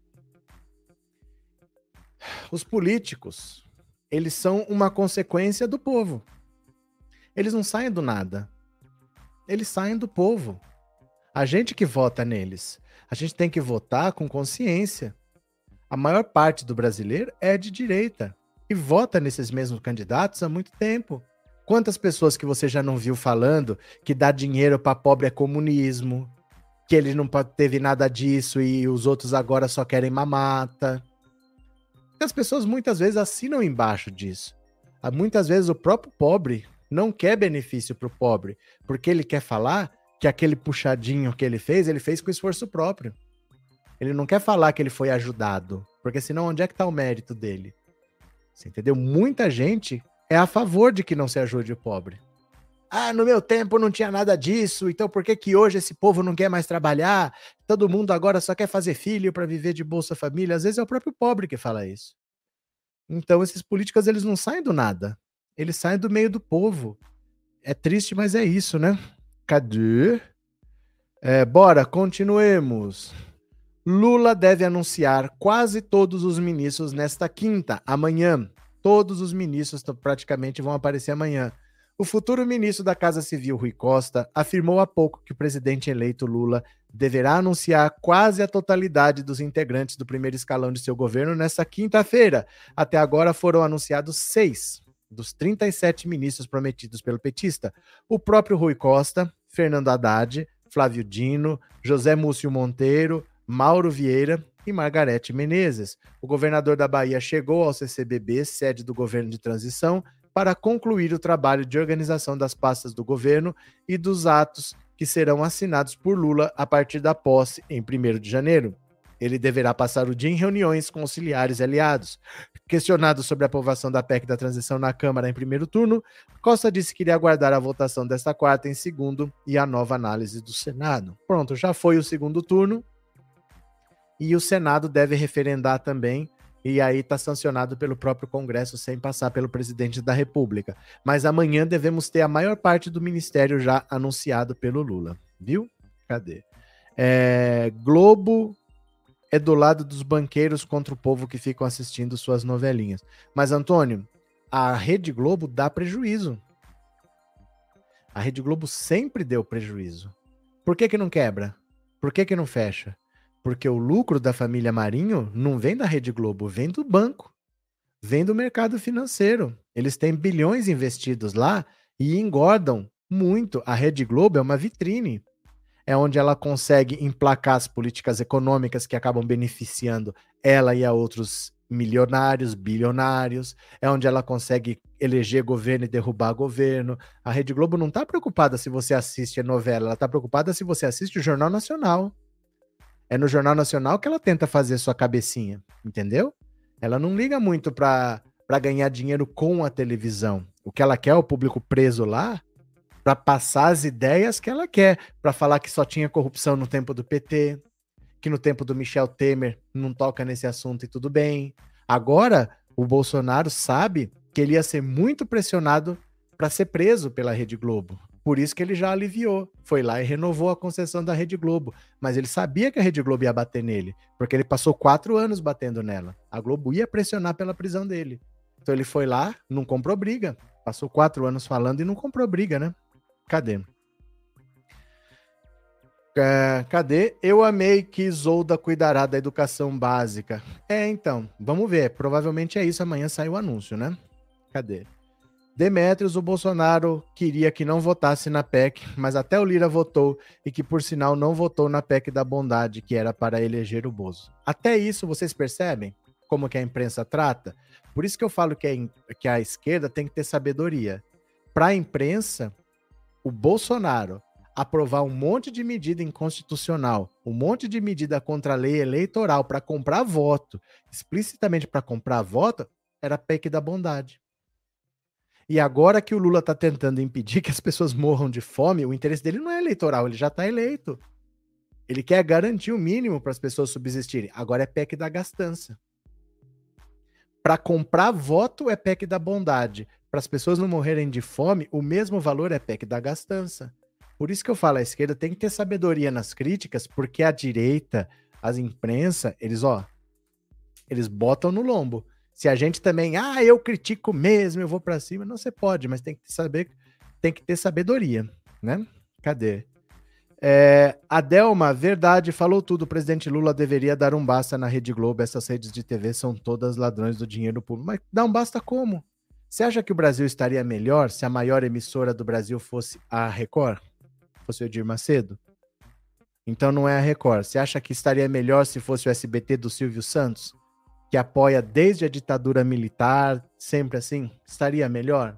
Speaker 1: os políticos, eles são uma consequência do povo. Eles não saem do nada. Eles saem do povo. A gente que vota neles. A gente tem que votar com consciência. A maior parte do brasileiro é de direita. e vota nesses mesmos candidatos há muito tempo. Quantas pessoas que você já não viu falando que dar dinheiro para pobre é comunismo, que ele não teve nada disso e os outros agora só querem mamata? As pessoas muitas vezes assinam embaixo disso. Muitas vezes o próprio pobre não quer benefício para o pobre, porque ele quer falar que aquele puxadinho que ele fez, ele fez com esforço próprio. Ele não quer falar que ele foi ajudado, porque senão onde é que está o mérito dele? Você entendeu? Muita gente é a favor de que não se ajude o pobre. Ah, no meu tempo não tinha nada disso, então por que que hoje esse povo não quer mais trabalhar? Todo mundo agora só quer fazer filho para viver de Bolsa Família. Às vezes é o próprio pobre que fala isso. Então esses políticos, eles não saem do nada. Eles saem do meio do povo. É triste, mas é isso, né? Cadê? É, bora, continuemos. Lula deve anunciar quase todos os ministros nesta quinta, amanhã. Todos os ministros praticamente vão aparecer amanhã. O futuro ministro da Casa Civil, Rui Costa, afirmou há pouco que o presidente eleito Lula deverá anunciar quase a totalidade dos integrantes do primeiro escalão de seu governo nesta quinta-feira. Até agora foram anunciados seis dos trinta e sete ministros prometidos pelo petista. O próprio Rui Costa, Fernando Haddad, Flávio Dino, José Múcio Monteiro, Mauro Vieira e Margarete Menezes. O governador da Bahia chegou ao C C B B, sede do governo de transição, para concluir o trabalho de organização das pastas do governo e dos atos que serão assinados por Lula a partir da posse em primeiro de janeiro. Ele deverá passar o dia em reuniões com auxiliares e aliados. Questionado sobre a aprovação da P E C da transição na Câmara em primeiro turno, Costa disse que iria aguardar a votação desta quarta em segundo e a nova análise do Senado. Pronto, já foi o segundo turno e o Senado deve referendar também, e aí está sancionado pelo próprio Congresso sem passar pelo presidente da República. Mas amanhã devemos ter a maior parte do ministério já anunciado pelo Lula, viu? Cadê? É, Globo é do lado dos banqueiros contra o povo que ficam assistindo suas novelinhas. Mas, Antônio, a Rede Globo dá prejuízo. A Rede Globo sempre deu prejuízo. Por que que não quebra? Por que que não fecha? Porque o lucro da família Marinho não vem da Rede Globo, vem do banco, vem do mercado financeiro. Eles têm bilhões investidos lá e engordam muito. A Rede Globo é uma vitrine. É onde ela consegue emplacar as políticas econômicas que acabam beneficiando ela e a outros milionários, bilionários. É onde ela consegue eleger governo e derrubar governo. A Rede Globo não está preocupada se você assiste a novela, ela está preocupada se você assiste o Jornal Nacional. É no Jornal Nacional que ela tenta fazer sua cabecinha, entendeu? Ela não liga muito para ganhar dinheiro com a televisão. O que ela quer é o público preso lá para passar as ideias que ela quer, para falar que só tinha corrupção no tempo do P T, que no tempo do Michel Temer não toca nesse assunto e tudo bem. Agora, o Bolsonaro sabe que ele ia ser muito pressionado para ser preso pela Rede Globo. Por isso que ele já aliviou, foi lá e renovou a concessão da Rede Globo. Mas ele sabia que a Rede Globo ia bater nele, porque ele passou quatro anos batendo nela. A Globo ia pressionar pela prisão dele. Então ele foi lá, não comprou briga. Passou quatro anos falando e não comprou briga, né? Cadê? É, cadê? Eu amei que Isolda cuidará da educação básica. É, então, vamos ver. Provavelmente é isso. Amanhã sai o anúncio, né? Cadê? Demetrios, o Bolsonaro queria que não votasse na P E C, mas até o Lira votou e que, por sinal, não votou na P E C da bondade, que era para eleger o Bozo. Até isso, vocês percebem como que a imprensa trata? Por isso que eu falo que a, que a esquerda tem que ter sabedoria. Para a imprensa, o Bolsonaro aprovar um monte de medida inconstitucional, um monte de medida contra a lei eleitoral para comprar voto, explicitamente para comprar voto, era a P E C da bondade. E agora que o Lula está tentando impedir que as pessoas morram de fome, o interesse dele não é eleitoral, ele já está eleito. Ele quer garantir o mínimo para as pessoas subsistirem. Agora é P E C da gastança. Para comprar voto é P E C da bondade. Para as pessoas não morrerem de fome, o mesmo valor é P E C da gastança. Por isso que eu falo, a esquerda tem que ter sabedoria nas críticas, porque a direita, as imprensa, eles, ó, eles botam no lombo. Se a gente também, ah, eu critico mesmo, eu vou para cima, não, você pode, mas tem que saber, tem que ter sabedoria, né? Cadê? É, Adelma, verdade, falou tudo. O presidente Lula deveria dar um basta na Rede Globo. Essas redes de T V são todas ladrões do dinheiro público. Mas dá um basta como? Você acha que o Brasil estaria melhor se a maior emissora do Brasil fosse a Record? Fosse o Edir Macedo? Então não é a Record. Você acha que estaria melhor se fosse o S B T do Silvio Santos? Que apoia desde a ditadura militar, sempre assim? Estaria melhor?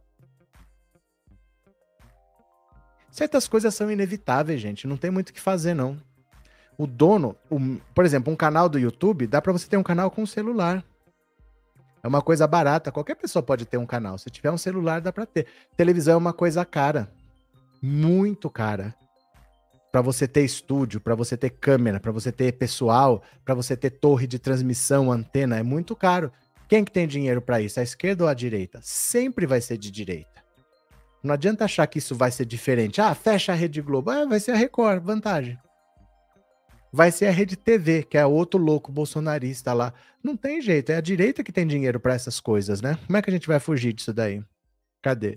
Speaker 1: Certas coisas são inevitáveis, gente. Não tem muito o que fazer, não. O dono, o, por exemplo, um canal do YouTube, dá para você ter um canal com um celular. É uma coisa barata. Qualquer pessoa pode ter um canal. Se tiver um celular, dá para ter. Televisão é uma coisa cara. Muito cara. Para você ter estúdio, para você ter câmera, para você ter pessoal, para você ter torre de transmissão, antena, é muito caro. Quem que tem dinheiro para isso? A esquerda ou a direita? Sempre vai ser de direita. Não adianta achar que isso vai ser diferente. Ah, fecha a Rede Globo. Ah, vai ser a Record, vantagem. Vai ser a Rede T V, que é outro louco bolsonarista lá. Não tem jeito, é a direita que tem dinheiro para essas coisas, né? Como é que a gente vai fugir disso daí? Cadê?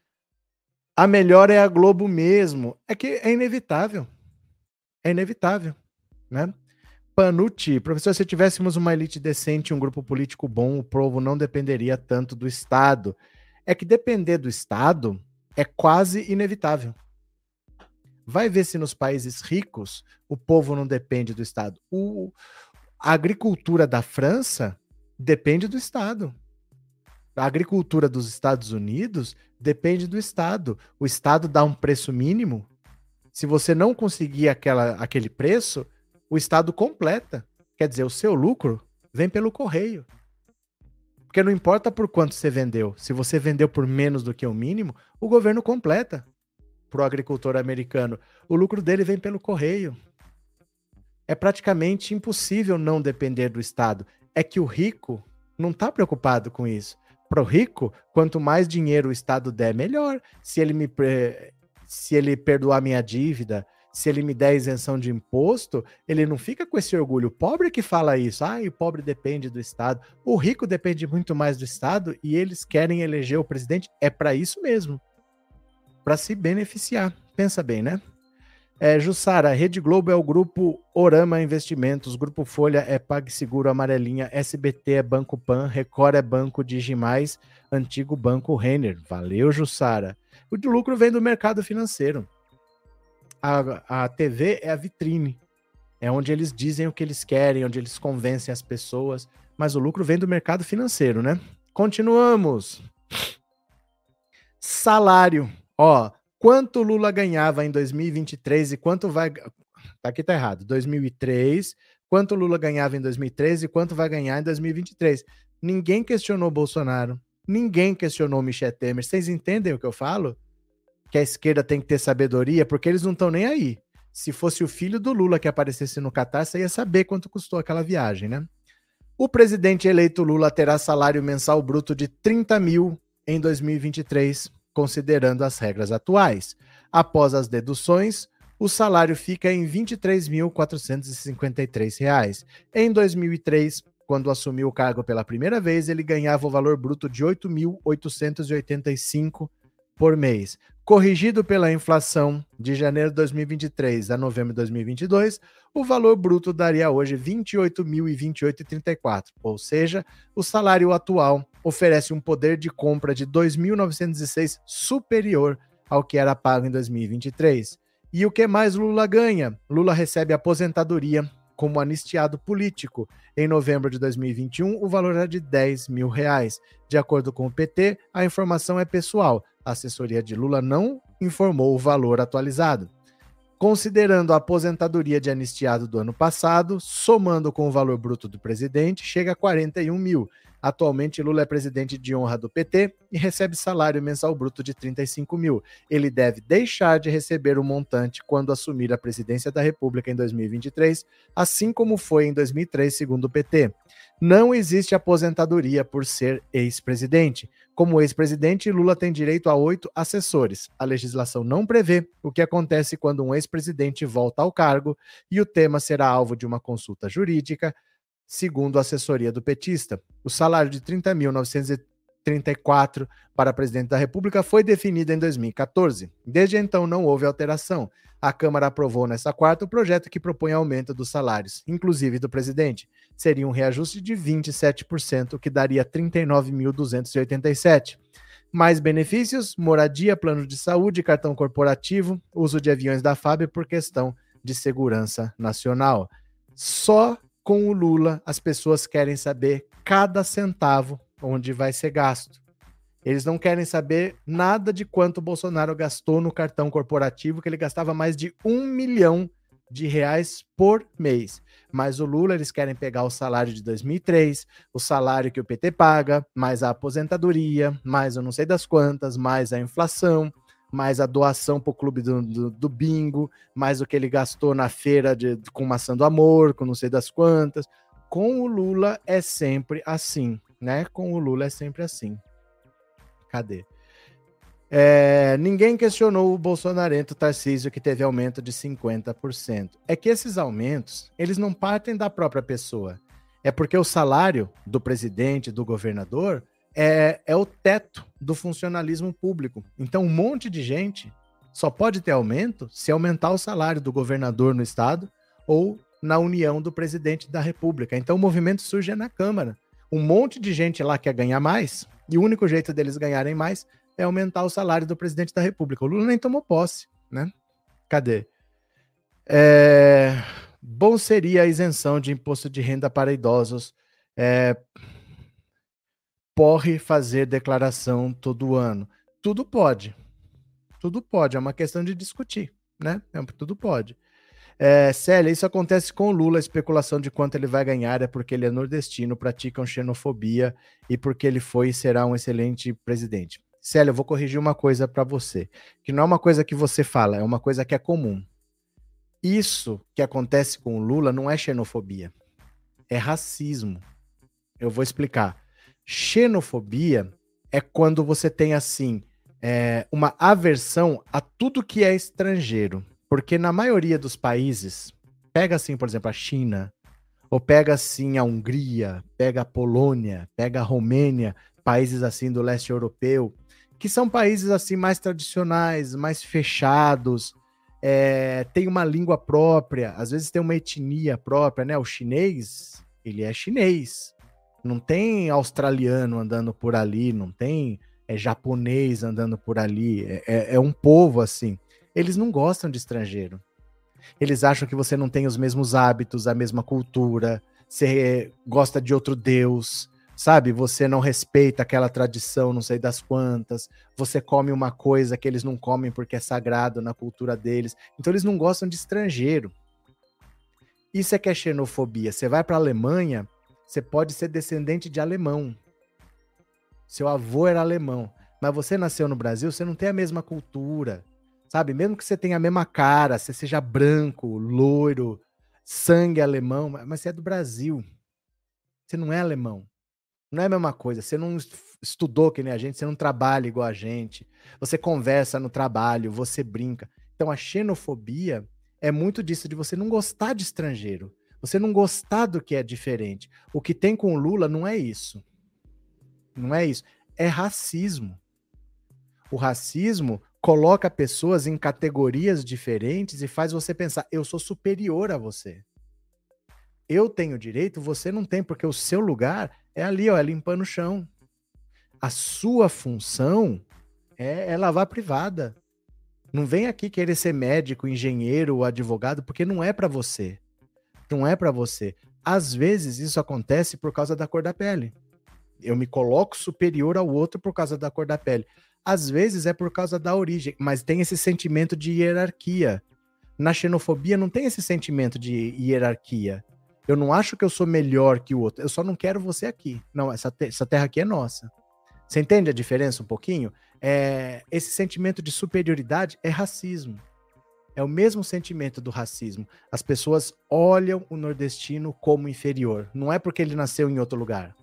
Speaker 1: A melhor é a Globo mesmo. É que é inevitável. É inevitável, né? Panucci, professor, se tivéssemos uma elite decente, um grupo político bom, o povo não dependeria tanto do Estado. É que depender do Estado é quase inevitável. Vai ver se nos países ricos o povo não depende do Estado. O, a agricultura da França depende do Estado. A agricultura dos Estados Unidos depende do Estado. O Estado dá um preço mínimo. Se você não conseguir aquela, aquele preço, o Estado completa. Quer dizer, o seu lucro vem pelo correio. Porque não importa por quanto você vendeu. Se você vendeu por menos do que o mínimo, o governo completa para o agricultor americano. O lucro dele vem pelo correio. É praticamente impossível não depender do Estado. É que o rico não está preocupado com isso. Para o rico, quanto mais dinheiro o Estado der, melhor. Se ele me, se ele perdoar minha dívida, se ele me der isenção de imposto, ele não fica com esse orgulho. O pobre que fala isso, ah, o pobre depende do Estado. O rico depende muito mais do Estado e eles querem eleger o presidente. É para isso mesmo, para se beneficiar. Pensa bem, né? É, Jussara, Rede Globo é o grupo Orama Investimentos, Grupo Folha é PagSeguro Amarelinha, S B T é Banco Pan, Record é Banco Digimais, antigo Banco Renner. Valeu, Jussara. O de lucro vem do mercado financeiro. A, a T V é a vitrine, é onde eles dizem o que eles querem, onde eles convencem as pessoas, mas o lucro vem do mercado financeiro, né? Continuamos. Salário. Ó, quanto Lula ganhava em dois mil e vinte e três e quanto vai... Aqui tá errado. dois mil e três, quanto Lula ganhava em dois mil e treze e quanto vai ganhar em dois mil e vinte e três. Ninguém questionou Bolsonaro. Ninguém questionou Michel Temer. Vocês entendem o que eu falo? Que a esquerda tem que ter sabedoria, porque eles não estão nem aí. Se fosse o filho do Lula que aparecesse no Catar, você ia saber quanto custou aquela viagem, né? O presidente eleito Lula terá salário mensal bruto de trinta mil em dois mil e vinte e três, considerando as regras atuais. Após as deduções, o salário fica em vinte e três mil quatrocentos e cinquenta e três reais. Em dois mil e três, quando assumiu o cargo pela primeira vez, ele ganhava o valor bruto de oito mil oitocentos e oitenta e cinco reais por mês. Corrigido pela inflação de janeiro de dois mil e vinte e três a novembro de dois mil e vinte e dois, o valor bruto daria hoje vinte e oito mil e vinte e oito reais e trinta e quatro centavos, ou seja, o salário atual oferece um poder de compra de dois mil novecentos e seis superior ao que era pago em dois mil e vinte e três. E o que mais Lula ganha? Lula recebe aposentadoria como anistiado político. Em novembro de dois mil e vinte e um, o valor era de dez mil reais. De acordo com o P T, a informação é pessoal. A assessoria de Lula não informou o valor atualizado. Considerando a aposentadoria de anistiado do ano passado, somando com o valor bruto do presidente, chega a quarenta e um mil. Atualmente, Lula é presidente de honra do P T e recebe salário mensal bruto de trinta e cinco mil. Ele deve deixar de receber o montante quando assumir a presidência da República em dois mil e vinte e três, assim como foi em dois mil e três, segundo o P T. Não existe aposentadoria por ser ex-presidente. Como ex-presidente, Lula tem direito a oito assessores. A legislação não prevê o que acontece quando um ex-presidente volta ao cargo e o tema será alvo de uma consulta jurídica, segundo a assessoria do petista. O salário de trinta mil novecentos trinta e quatro para presidente da República foi definida em dois mil e quatorze. Desde então não houve alteração. A Câmara aprovou nesta quarta o projeto que propõe aumento dos salários, inclusive do presidente. Seria um reajuste de vinte e sete por cento, o que daria trinta e nove mil duzentos e oitenta e sete. Mais benefícios: moradia, plano de saúde, cartão corporativo, uso de aviões da F A B por questão de segurança nacional. Só com o Lula as pessoas querem saber cada centavo onde vai ser gasto. Eles não querem saber nada de quanto o Bolsonaro gastou no cartão corporativo, que ele gastava mais de um milhão de reais por mês. Mas o Lula, eles querem pegar o salário de dois mil e três, o salário que o P T paga, mais a aposentadoria, mais eu não sei das quantas, mais a inflação, mais a doação para o clube do, do, do bingo, mais o que ele gastou na feira de, com maçã do amor, com não sei das quantas. Com o Lula é sempre assim, né? Com o Lula é sempre assim. Cadê? É, ninguém questionou o bolsonarento Tarcísio, que teve aumento de cinquenta por cento. É que esses aumentos, eles não partem da própria pessoa. É porque o salário do presidente, do governador, é, é o teto do funcionalismo público. Então, um monte de gente só pode ter aumento se aumentar o salário do governador no estado ou na união do presidente da República. Então, o movimento surge na Câmara. Um monte de gente lá quer ganhar mais, e o único jeito deles ganharem mais é aumentar o salário do presidente da República. O Lula nem tomou posse, né? Cadê? É... Bom seria a isenção de imposto de renda para idosos. É... Porre fazer declaração todo ano. Tudo pode. Tudo pode. É uma questão de discutir, né? É, tudo pode. É, Célia, isso acontece com o Lula, a especulação de quanto ele vai ganhar é porque ele é nordestino, praticam xenofobia e porque ele foi e será um excelente presidente. Célia, eu vou corrigir uma coisa para você, que não é uma coisa que você fala, é uma coisa que é comum. Isso que acontece com o Lula não é xenofobia, é racismo. Eu vou explicar. Xenofobia é quando você tem, assim, é, uma aversão a tudo que é estrangeiro. Porque na maioria dos países, pega assim, por exemplo, a China, ou pega assim a Hungria, pega a Polônia, pega a Romênia, países assim do leste europeu, que são países assim mais tradicionais, mais fechados, é, tem uma língua própria, às vezes tem uma etnia própria, né? O chinês, ele é chinês. Não tem australiano andando por ali, não tem é, japonês andando por ali, é, é, é um povo assim. Eles não gostam de estrangeiro. Eles acham que você não tem os mesmos hábitos, a mesma cultura, você gosta de outro Deus, sabe? Você não respeita aquela tradição, não sei das quantas, você come uma coisa que eles não comem porque é sagrado na cultura deles. Então eles não gostam de estrangeiro. Isso é que é xenofobia. Você vai para a Alemanha, você pode ser descendente de alemão. Seu avô era alemão, mas você nasceu no Brasil, você não tem a mesma cultura. Sabe, mesmo que você tenha a mesma cara, você seja branco, loiro, sangue alemão, mas você é do Brasil. Você não é alemão. Não é a mesma coisa. Você não estudou que nem a gente, você não trabalha igual a gente. Você conversa no trabalho, você brinca. Então a xenofobia é muito disso, de você não gostar de estrangeiro. Você não gostar do que é diferente. O que tem com o Lula não é isso. Não é isso. É racismo. O racismo coloca pessoas em categorias diferentes e faz você pensar, eu sou superior a você. Eu tenho direito, você não tem, porque o seu lugar é ali, ó, é limpando o chão. A sua função é, é lavar privada. Não vem aqui querer ser médico, engenheiro ou advogado, porque não é para você. Não é para você. Às vezes isso acontece por causa da cor da pele. Eu me coloco superior ao outro por causa da cor da pele. Às vezes é por causa da origem, mas tem esse sentimento de hierarquia. Na xenofobia não tem esse sentimento de hierarquia. Eu não acho que eu sou melhor que o outro, eu só não quero você aqui. Não, essa, te- essa terra aqui é nossa. Você entende a diferença um pouquinho? É, esse sentimento de superioridade é racismo. É o mesmo sentimento do racismo. As pessoas olham o nordestino como inferior. Não é porque ele nasceu em outro lugar.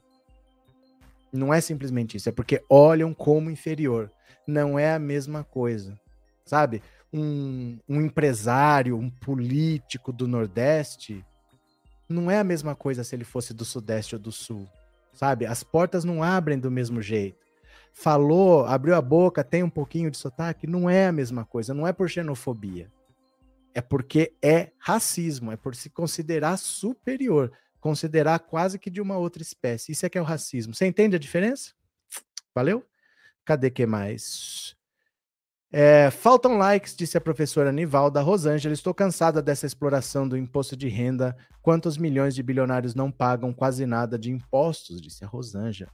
Speaker 1: Não é simplesmente isso, é porque olham como inferior. Não é a mesma coisa, sabe? Um, um empresário, um político do Nordeste, não é a mesma coisa se ele fosse do Sudeste ou do Sul, sabe? As portas não abrem do mesmo jeito. falou, abriu a boca, tem um pouquinho de sotaque, não é a mesma coisa, não é por xenofobia. É porque é racismo, é por se considerar superior, considerar quase que de uma outra espécie. Isso é que é o racismo. Você entende a diferença? Valeu? Cadê que mais? É, faltam likes, disse a professora Nivalda Rosângela. Estou cansada dessa exploração do imposto de renda. Quantos milhões de bilionários não pagam quase nada de impostos, disse a Rosângela.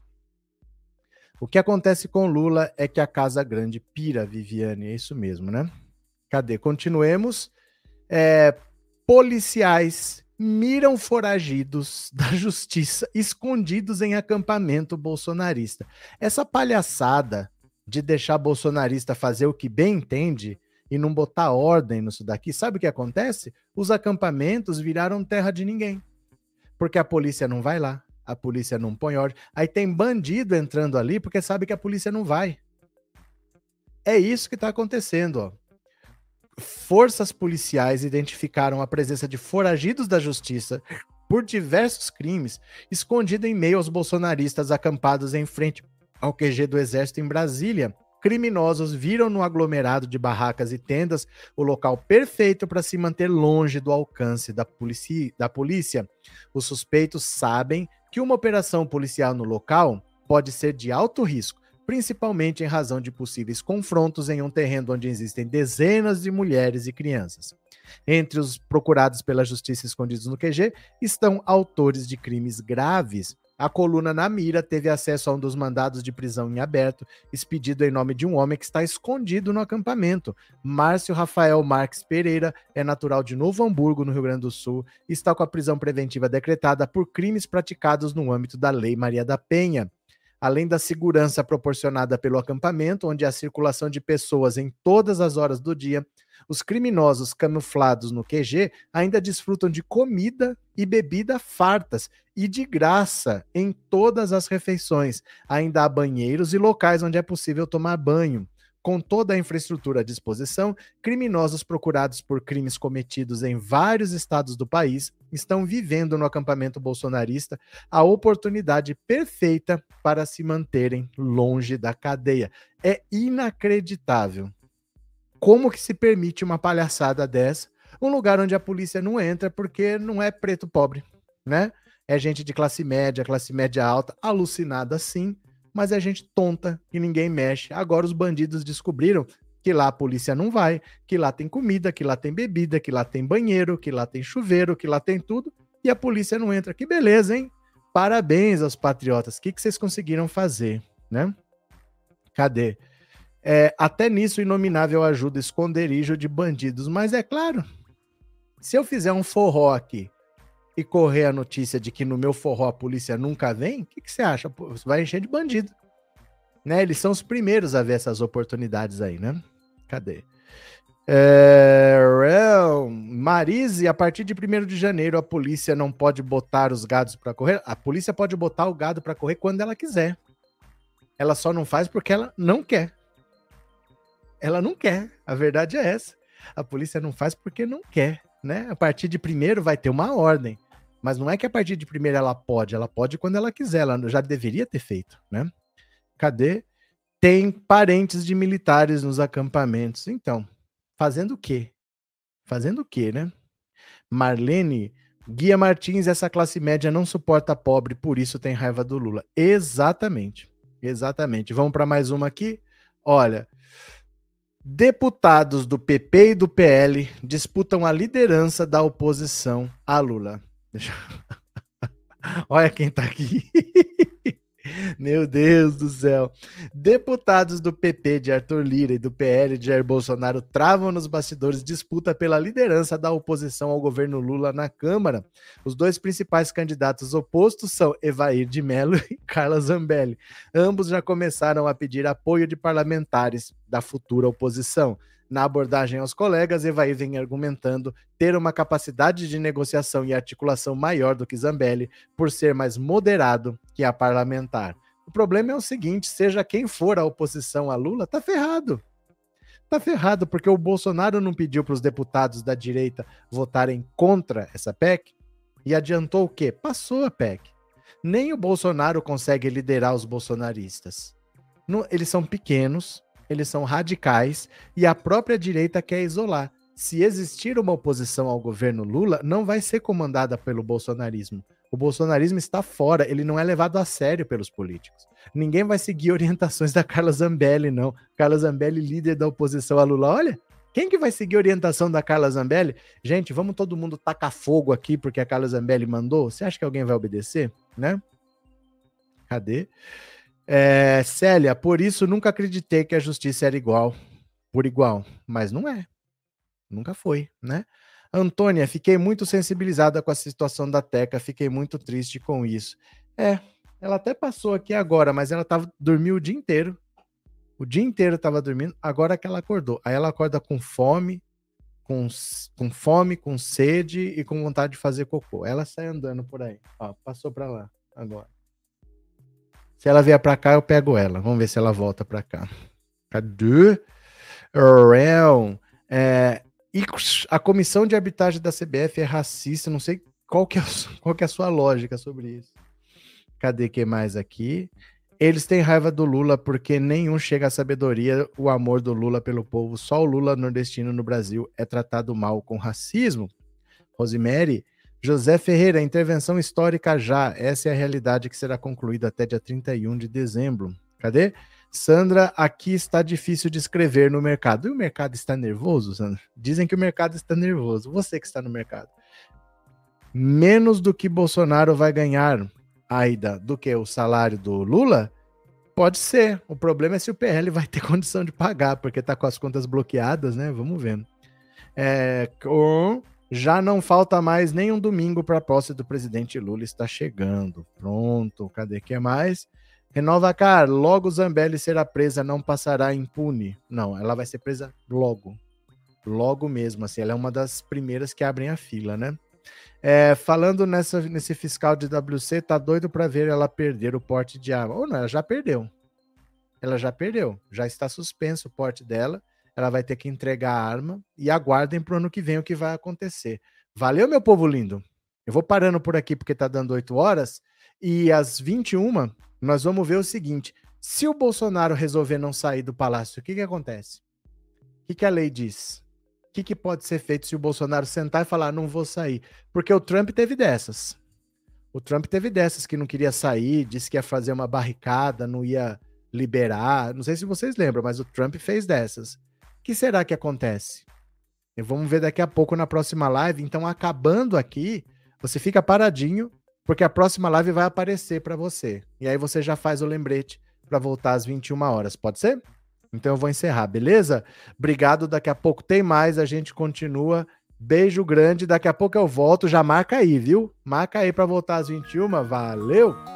Speaker 1: O que acontece com Lula é que a Casa Grande pira, Viviane. É isso mesmo, né? Cadê? Continuemos. É, policiais miram foragidos da justiça escondidos em acampamento bolsonarista. Essa palhaçada de deixar bolsonarista fazer o que bem entende e não botar ordem nisso daqui, sabe o que acontece? Os acampamentos viraram terra de ninguém. Porque a polícia não vai lá, a polícia não põe ordem. Aí tem bandido entrando ali porque sabe que a polícia não vai. É isso que está acontecendo, ó. Forças policiais identificaram a presença de foragidos da justiça por diversos crimes, escondido em meio aos bolsonaristas acampados em frente ao Q G do Exército em Brasília. Criminosos viram no aglomerado de barracas e tendas o local perfeito para se manter longe do alcance da polícia, da polícia. Os suspeitos sabem que uma operação policial no local pode ser de alto risco, principalmente em razão de possíveis confrontos em um terreno onde existem dezenas de mulheres e crianças. Entre os procurados pela justiça escondidos no Q G estão autores de crimes graves. A coluna na mira teve acesso a um dos mandados de prisão em aberto, expedido em nome de um homem que está escondido no acampamento. Márcio Rafael Marques Pereira é natural de Novo Hamburgo, no Rio Grande do Sul, e está com a prisão preventiva decretada por crimes praticados no âmbito da Lei Maria da Penha. Além da segurança proporcionada pelo acampamento, onde há circulação de pessoas em todas as horas do dia, os criminosos camuflados no Q G ainda desfrutam de comida e bebida fartas e de graça em todas as refeições. Ainda há banheiros e locais onde é possível tomar banho. Com toda a infraestrutura à disposição, criminosos procurados por crimes cometidos em vários estados do país estão vivendo no acampamento bolsonarista a oportunidade perfeita para se manterem longe da cadeia. É inacreditável. Como que se permite uma palhaçada dessa? Um lugar onde a polícia não entra porque não é preto pobre, né? É gente de classe média, classe média alta, alucinada sim, mas é gente tonta que ninguém mexe. Agora os bandidos descobriram que lá a polícia não vai, que lá tem comida, que lá tem bebida, que lá tem banheiro, que lá tem chuveiro, que lá tem tudo, e a polícia não entra. Que beleza, hein? Parabéns aos patriotas. O que, que vocês conseguiram fazer, né? Cadê? É, até nisso, o Inominável ajuda esconderijo de bandidos. Mas é claro, se eu fizer um forró aqui e correr a notícia de que no meu forró a polícia nunca vem, o que, que você acha? Pô, você vai encher de bandido. Né? Eles são os primeiros a ver essas oportunidades aí, né? Cadê? É... Marise, a partir de primeiro de janeiro, a polícia não pode botar os gados para correr. A polícia pode botar o gado para correr quando ela quiser. Ela só não faz porque ela não quer. Ela não quer, a verdade é essa. A polícia não faz porque não quer, né? A partir de primeiro vai ter uma ordem, mas não é que a partir de primeiro ela pode, ela pode quando ela quiser, ela já deveria ter feito, né? Cadê? Tem parentes de militares nos acampamentos. Então, fazendo o quê? Fazendo o quê, né? Marlene, Guia Martins, essa classe média não suporta pobre, por isso tem raiva do Lula. Exatamente, exatamente. Vamos para mais uma aqui? Olha... Deputados do P P e do P L disputam a liderança da oposição a Lula. Deixa... Olha quem tá aqui. Meu Deus do céu. Deputados do P P de Arthur Lira e do P L de Jair Bolsonaro travam nos bastidores disputa pela liderança da oposição ao governo Lula na Câmara. Os dois principais candidatos opostos são Evair de Mello e Carla Zambelli. Ambos já começaram a pedir apoio de parlamentares da futura oposição. Na abordagem aos colegas, Evair vem argumentando ter uma capacidade de negociação e articulação maior do que Zambelli, por ser mais moderado que a parlamentar. O problema é o seguinte, seja quem for a oposição a Lula, tá ferrado. Tá ferrado, porque o Bolsonaro não pediu para os deputados da direita votarem contra essa P E C e adiantou o quê? Passou a P E C. Nem o Bolsonaro consegue liderar os bolsonaristas. Não, eles são pequenos, eles são radicais e a própria direita quer isolar. Se existir uma oposição ao governo Lula, não vai ser comandada pelo bolsonarismo. O bolsonarismo está fora, ele não é levado a sério pelos políticos. Ninguém vai seguir orientações da Carla Zambelli, não. Carla Zambelli, líder da oposição a Lula. Olha, quem que vai seguir a orientação da Carla Zambelli? Gente, vamos todo mundo tacar fogo aqui porque a Carla Zambelli mandou? Você acha que alguém vai obedecer? Né? Cadê? É, Célia, por isso nunca acreditei que a justiça era igual, por igual, mas não é. Nunca foi, né? Antônia, fiquei muito sensibilizada com a situação da Teca, fiquei muito triste com isso. É, ela até passou aqui agora, mas ela tava, dormiu o dia inteiro. O dia inteiro tava dormindo, agora que ela acordou. Aí ela acorda com fome, com, com fome, com sede e com vontade de fazer cocô. Ela sai andando por aí. Ó, passou pra lá, agora. Se ela vier pra cá, eu pego ela. Vamos ver se ela volta pra cá. Cadê? Real. É, e a comissão de arbitragem da C B F é racista. Não sei qual que é, qual que é a sua lógica sobre isso. Cadê que mais aqui? Eles têm raiva do Lula porque nenhum chega à sabedoria, o amor do Lula pelo povo. Só o Lula nordestino no Brasil é tratado mal com racismo. Rosemary, José Ferreira, intervenção histórica já. Essa é a realidade que será concluída até dia trinta e um de dezembro. Cadê? Sandra, aqui está difícil de escrever no mercado. E o mercado está nervoso, Sandra? Dizem que o mercado está nervoso. Você que está no mercado. Menos do que Bolsonaro vai ganhar, Aida, do que o salário do Lula? Pode ser. O problema é se o P L vai ter condição de pagar, porque está com as contas bloqueadas, né? Vamos vendo. É, com... Já não falta mais nem um domingo para a posse do presidente Lula, está chegando. Pronto, cadê que mais? Renova Car, logo Zambelli será presa, não passará impune. Não, ela vai ser presa logo. Logo mesmo, assim, ela é uma das primeiras que abrem a fila, né? É, falando nessa, nesse fiscal de W C, tá doido para ver ela perder o porte de arma. Ou não, ela já perdeu. Ela já perdeu, já está suspenso o porte dela. Ela vai ter que entregar a arma e aguardem para o ano que vem o que vai acontecer. Valeu, meu povo lindo? Eu vou parando por aqui porque tá dando oito horas e às vinte e uma nós vamos ver o seguinte. Se o Bolsonaro resolver não sair do palácio, o que que acontece? O que que a lei diz? O que que pode ser feito se o Bolsonaro sentar e falar, não vou sair? Porque o Trump teve dessas. O Trump teve dessas que não queria sair, disse que ia fazer uma barricada, não ia liberar. Não sei se vocês lembram, mas o Trump fez dessas. O que será que acontece? E vamos ver daqui a pouco na próxima live. Então, acabando aqui, você fica paradinho, porque a próxima live vai aparecer para você. E aí você já faz o lembrete para voltar às vinte e uma horas. Pode ser? Então eu vou encerrar, beleza? Obrigado, daqui a pouco tem mais, a gente continua. Beijo grande, daqui a pouco eu volto. Já marca aí, viu? Marca aí para voltar às vinte e uma. Valeu!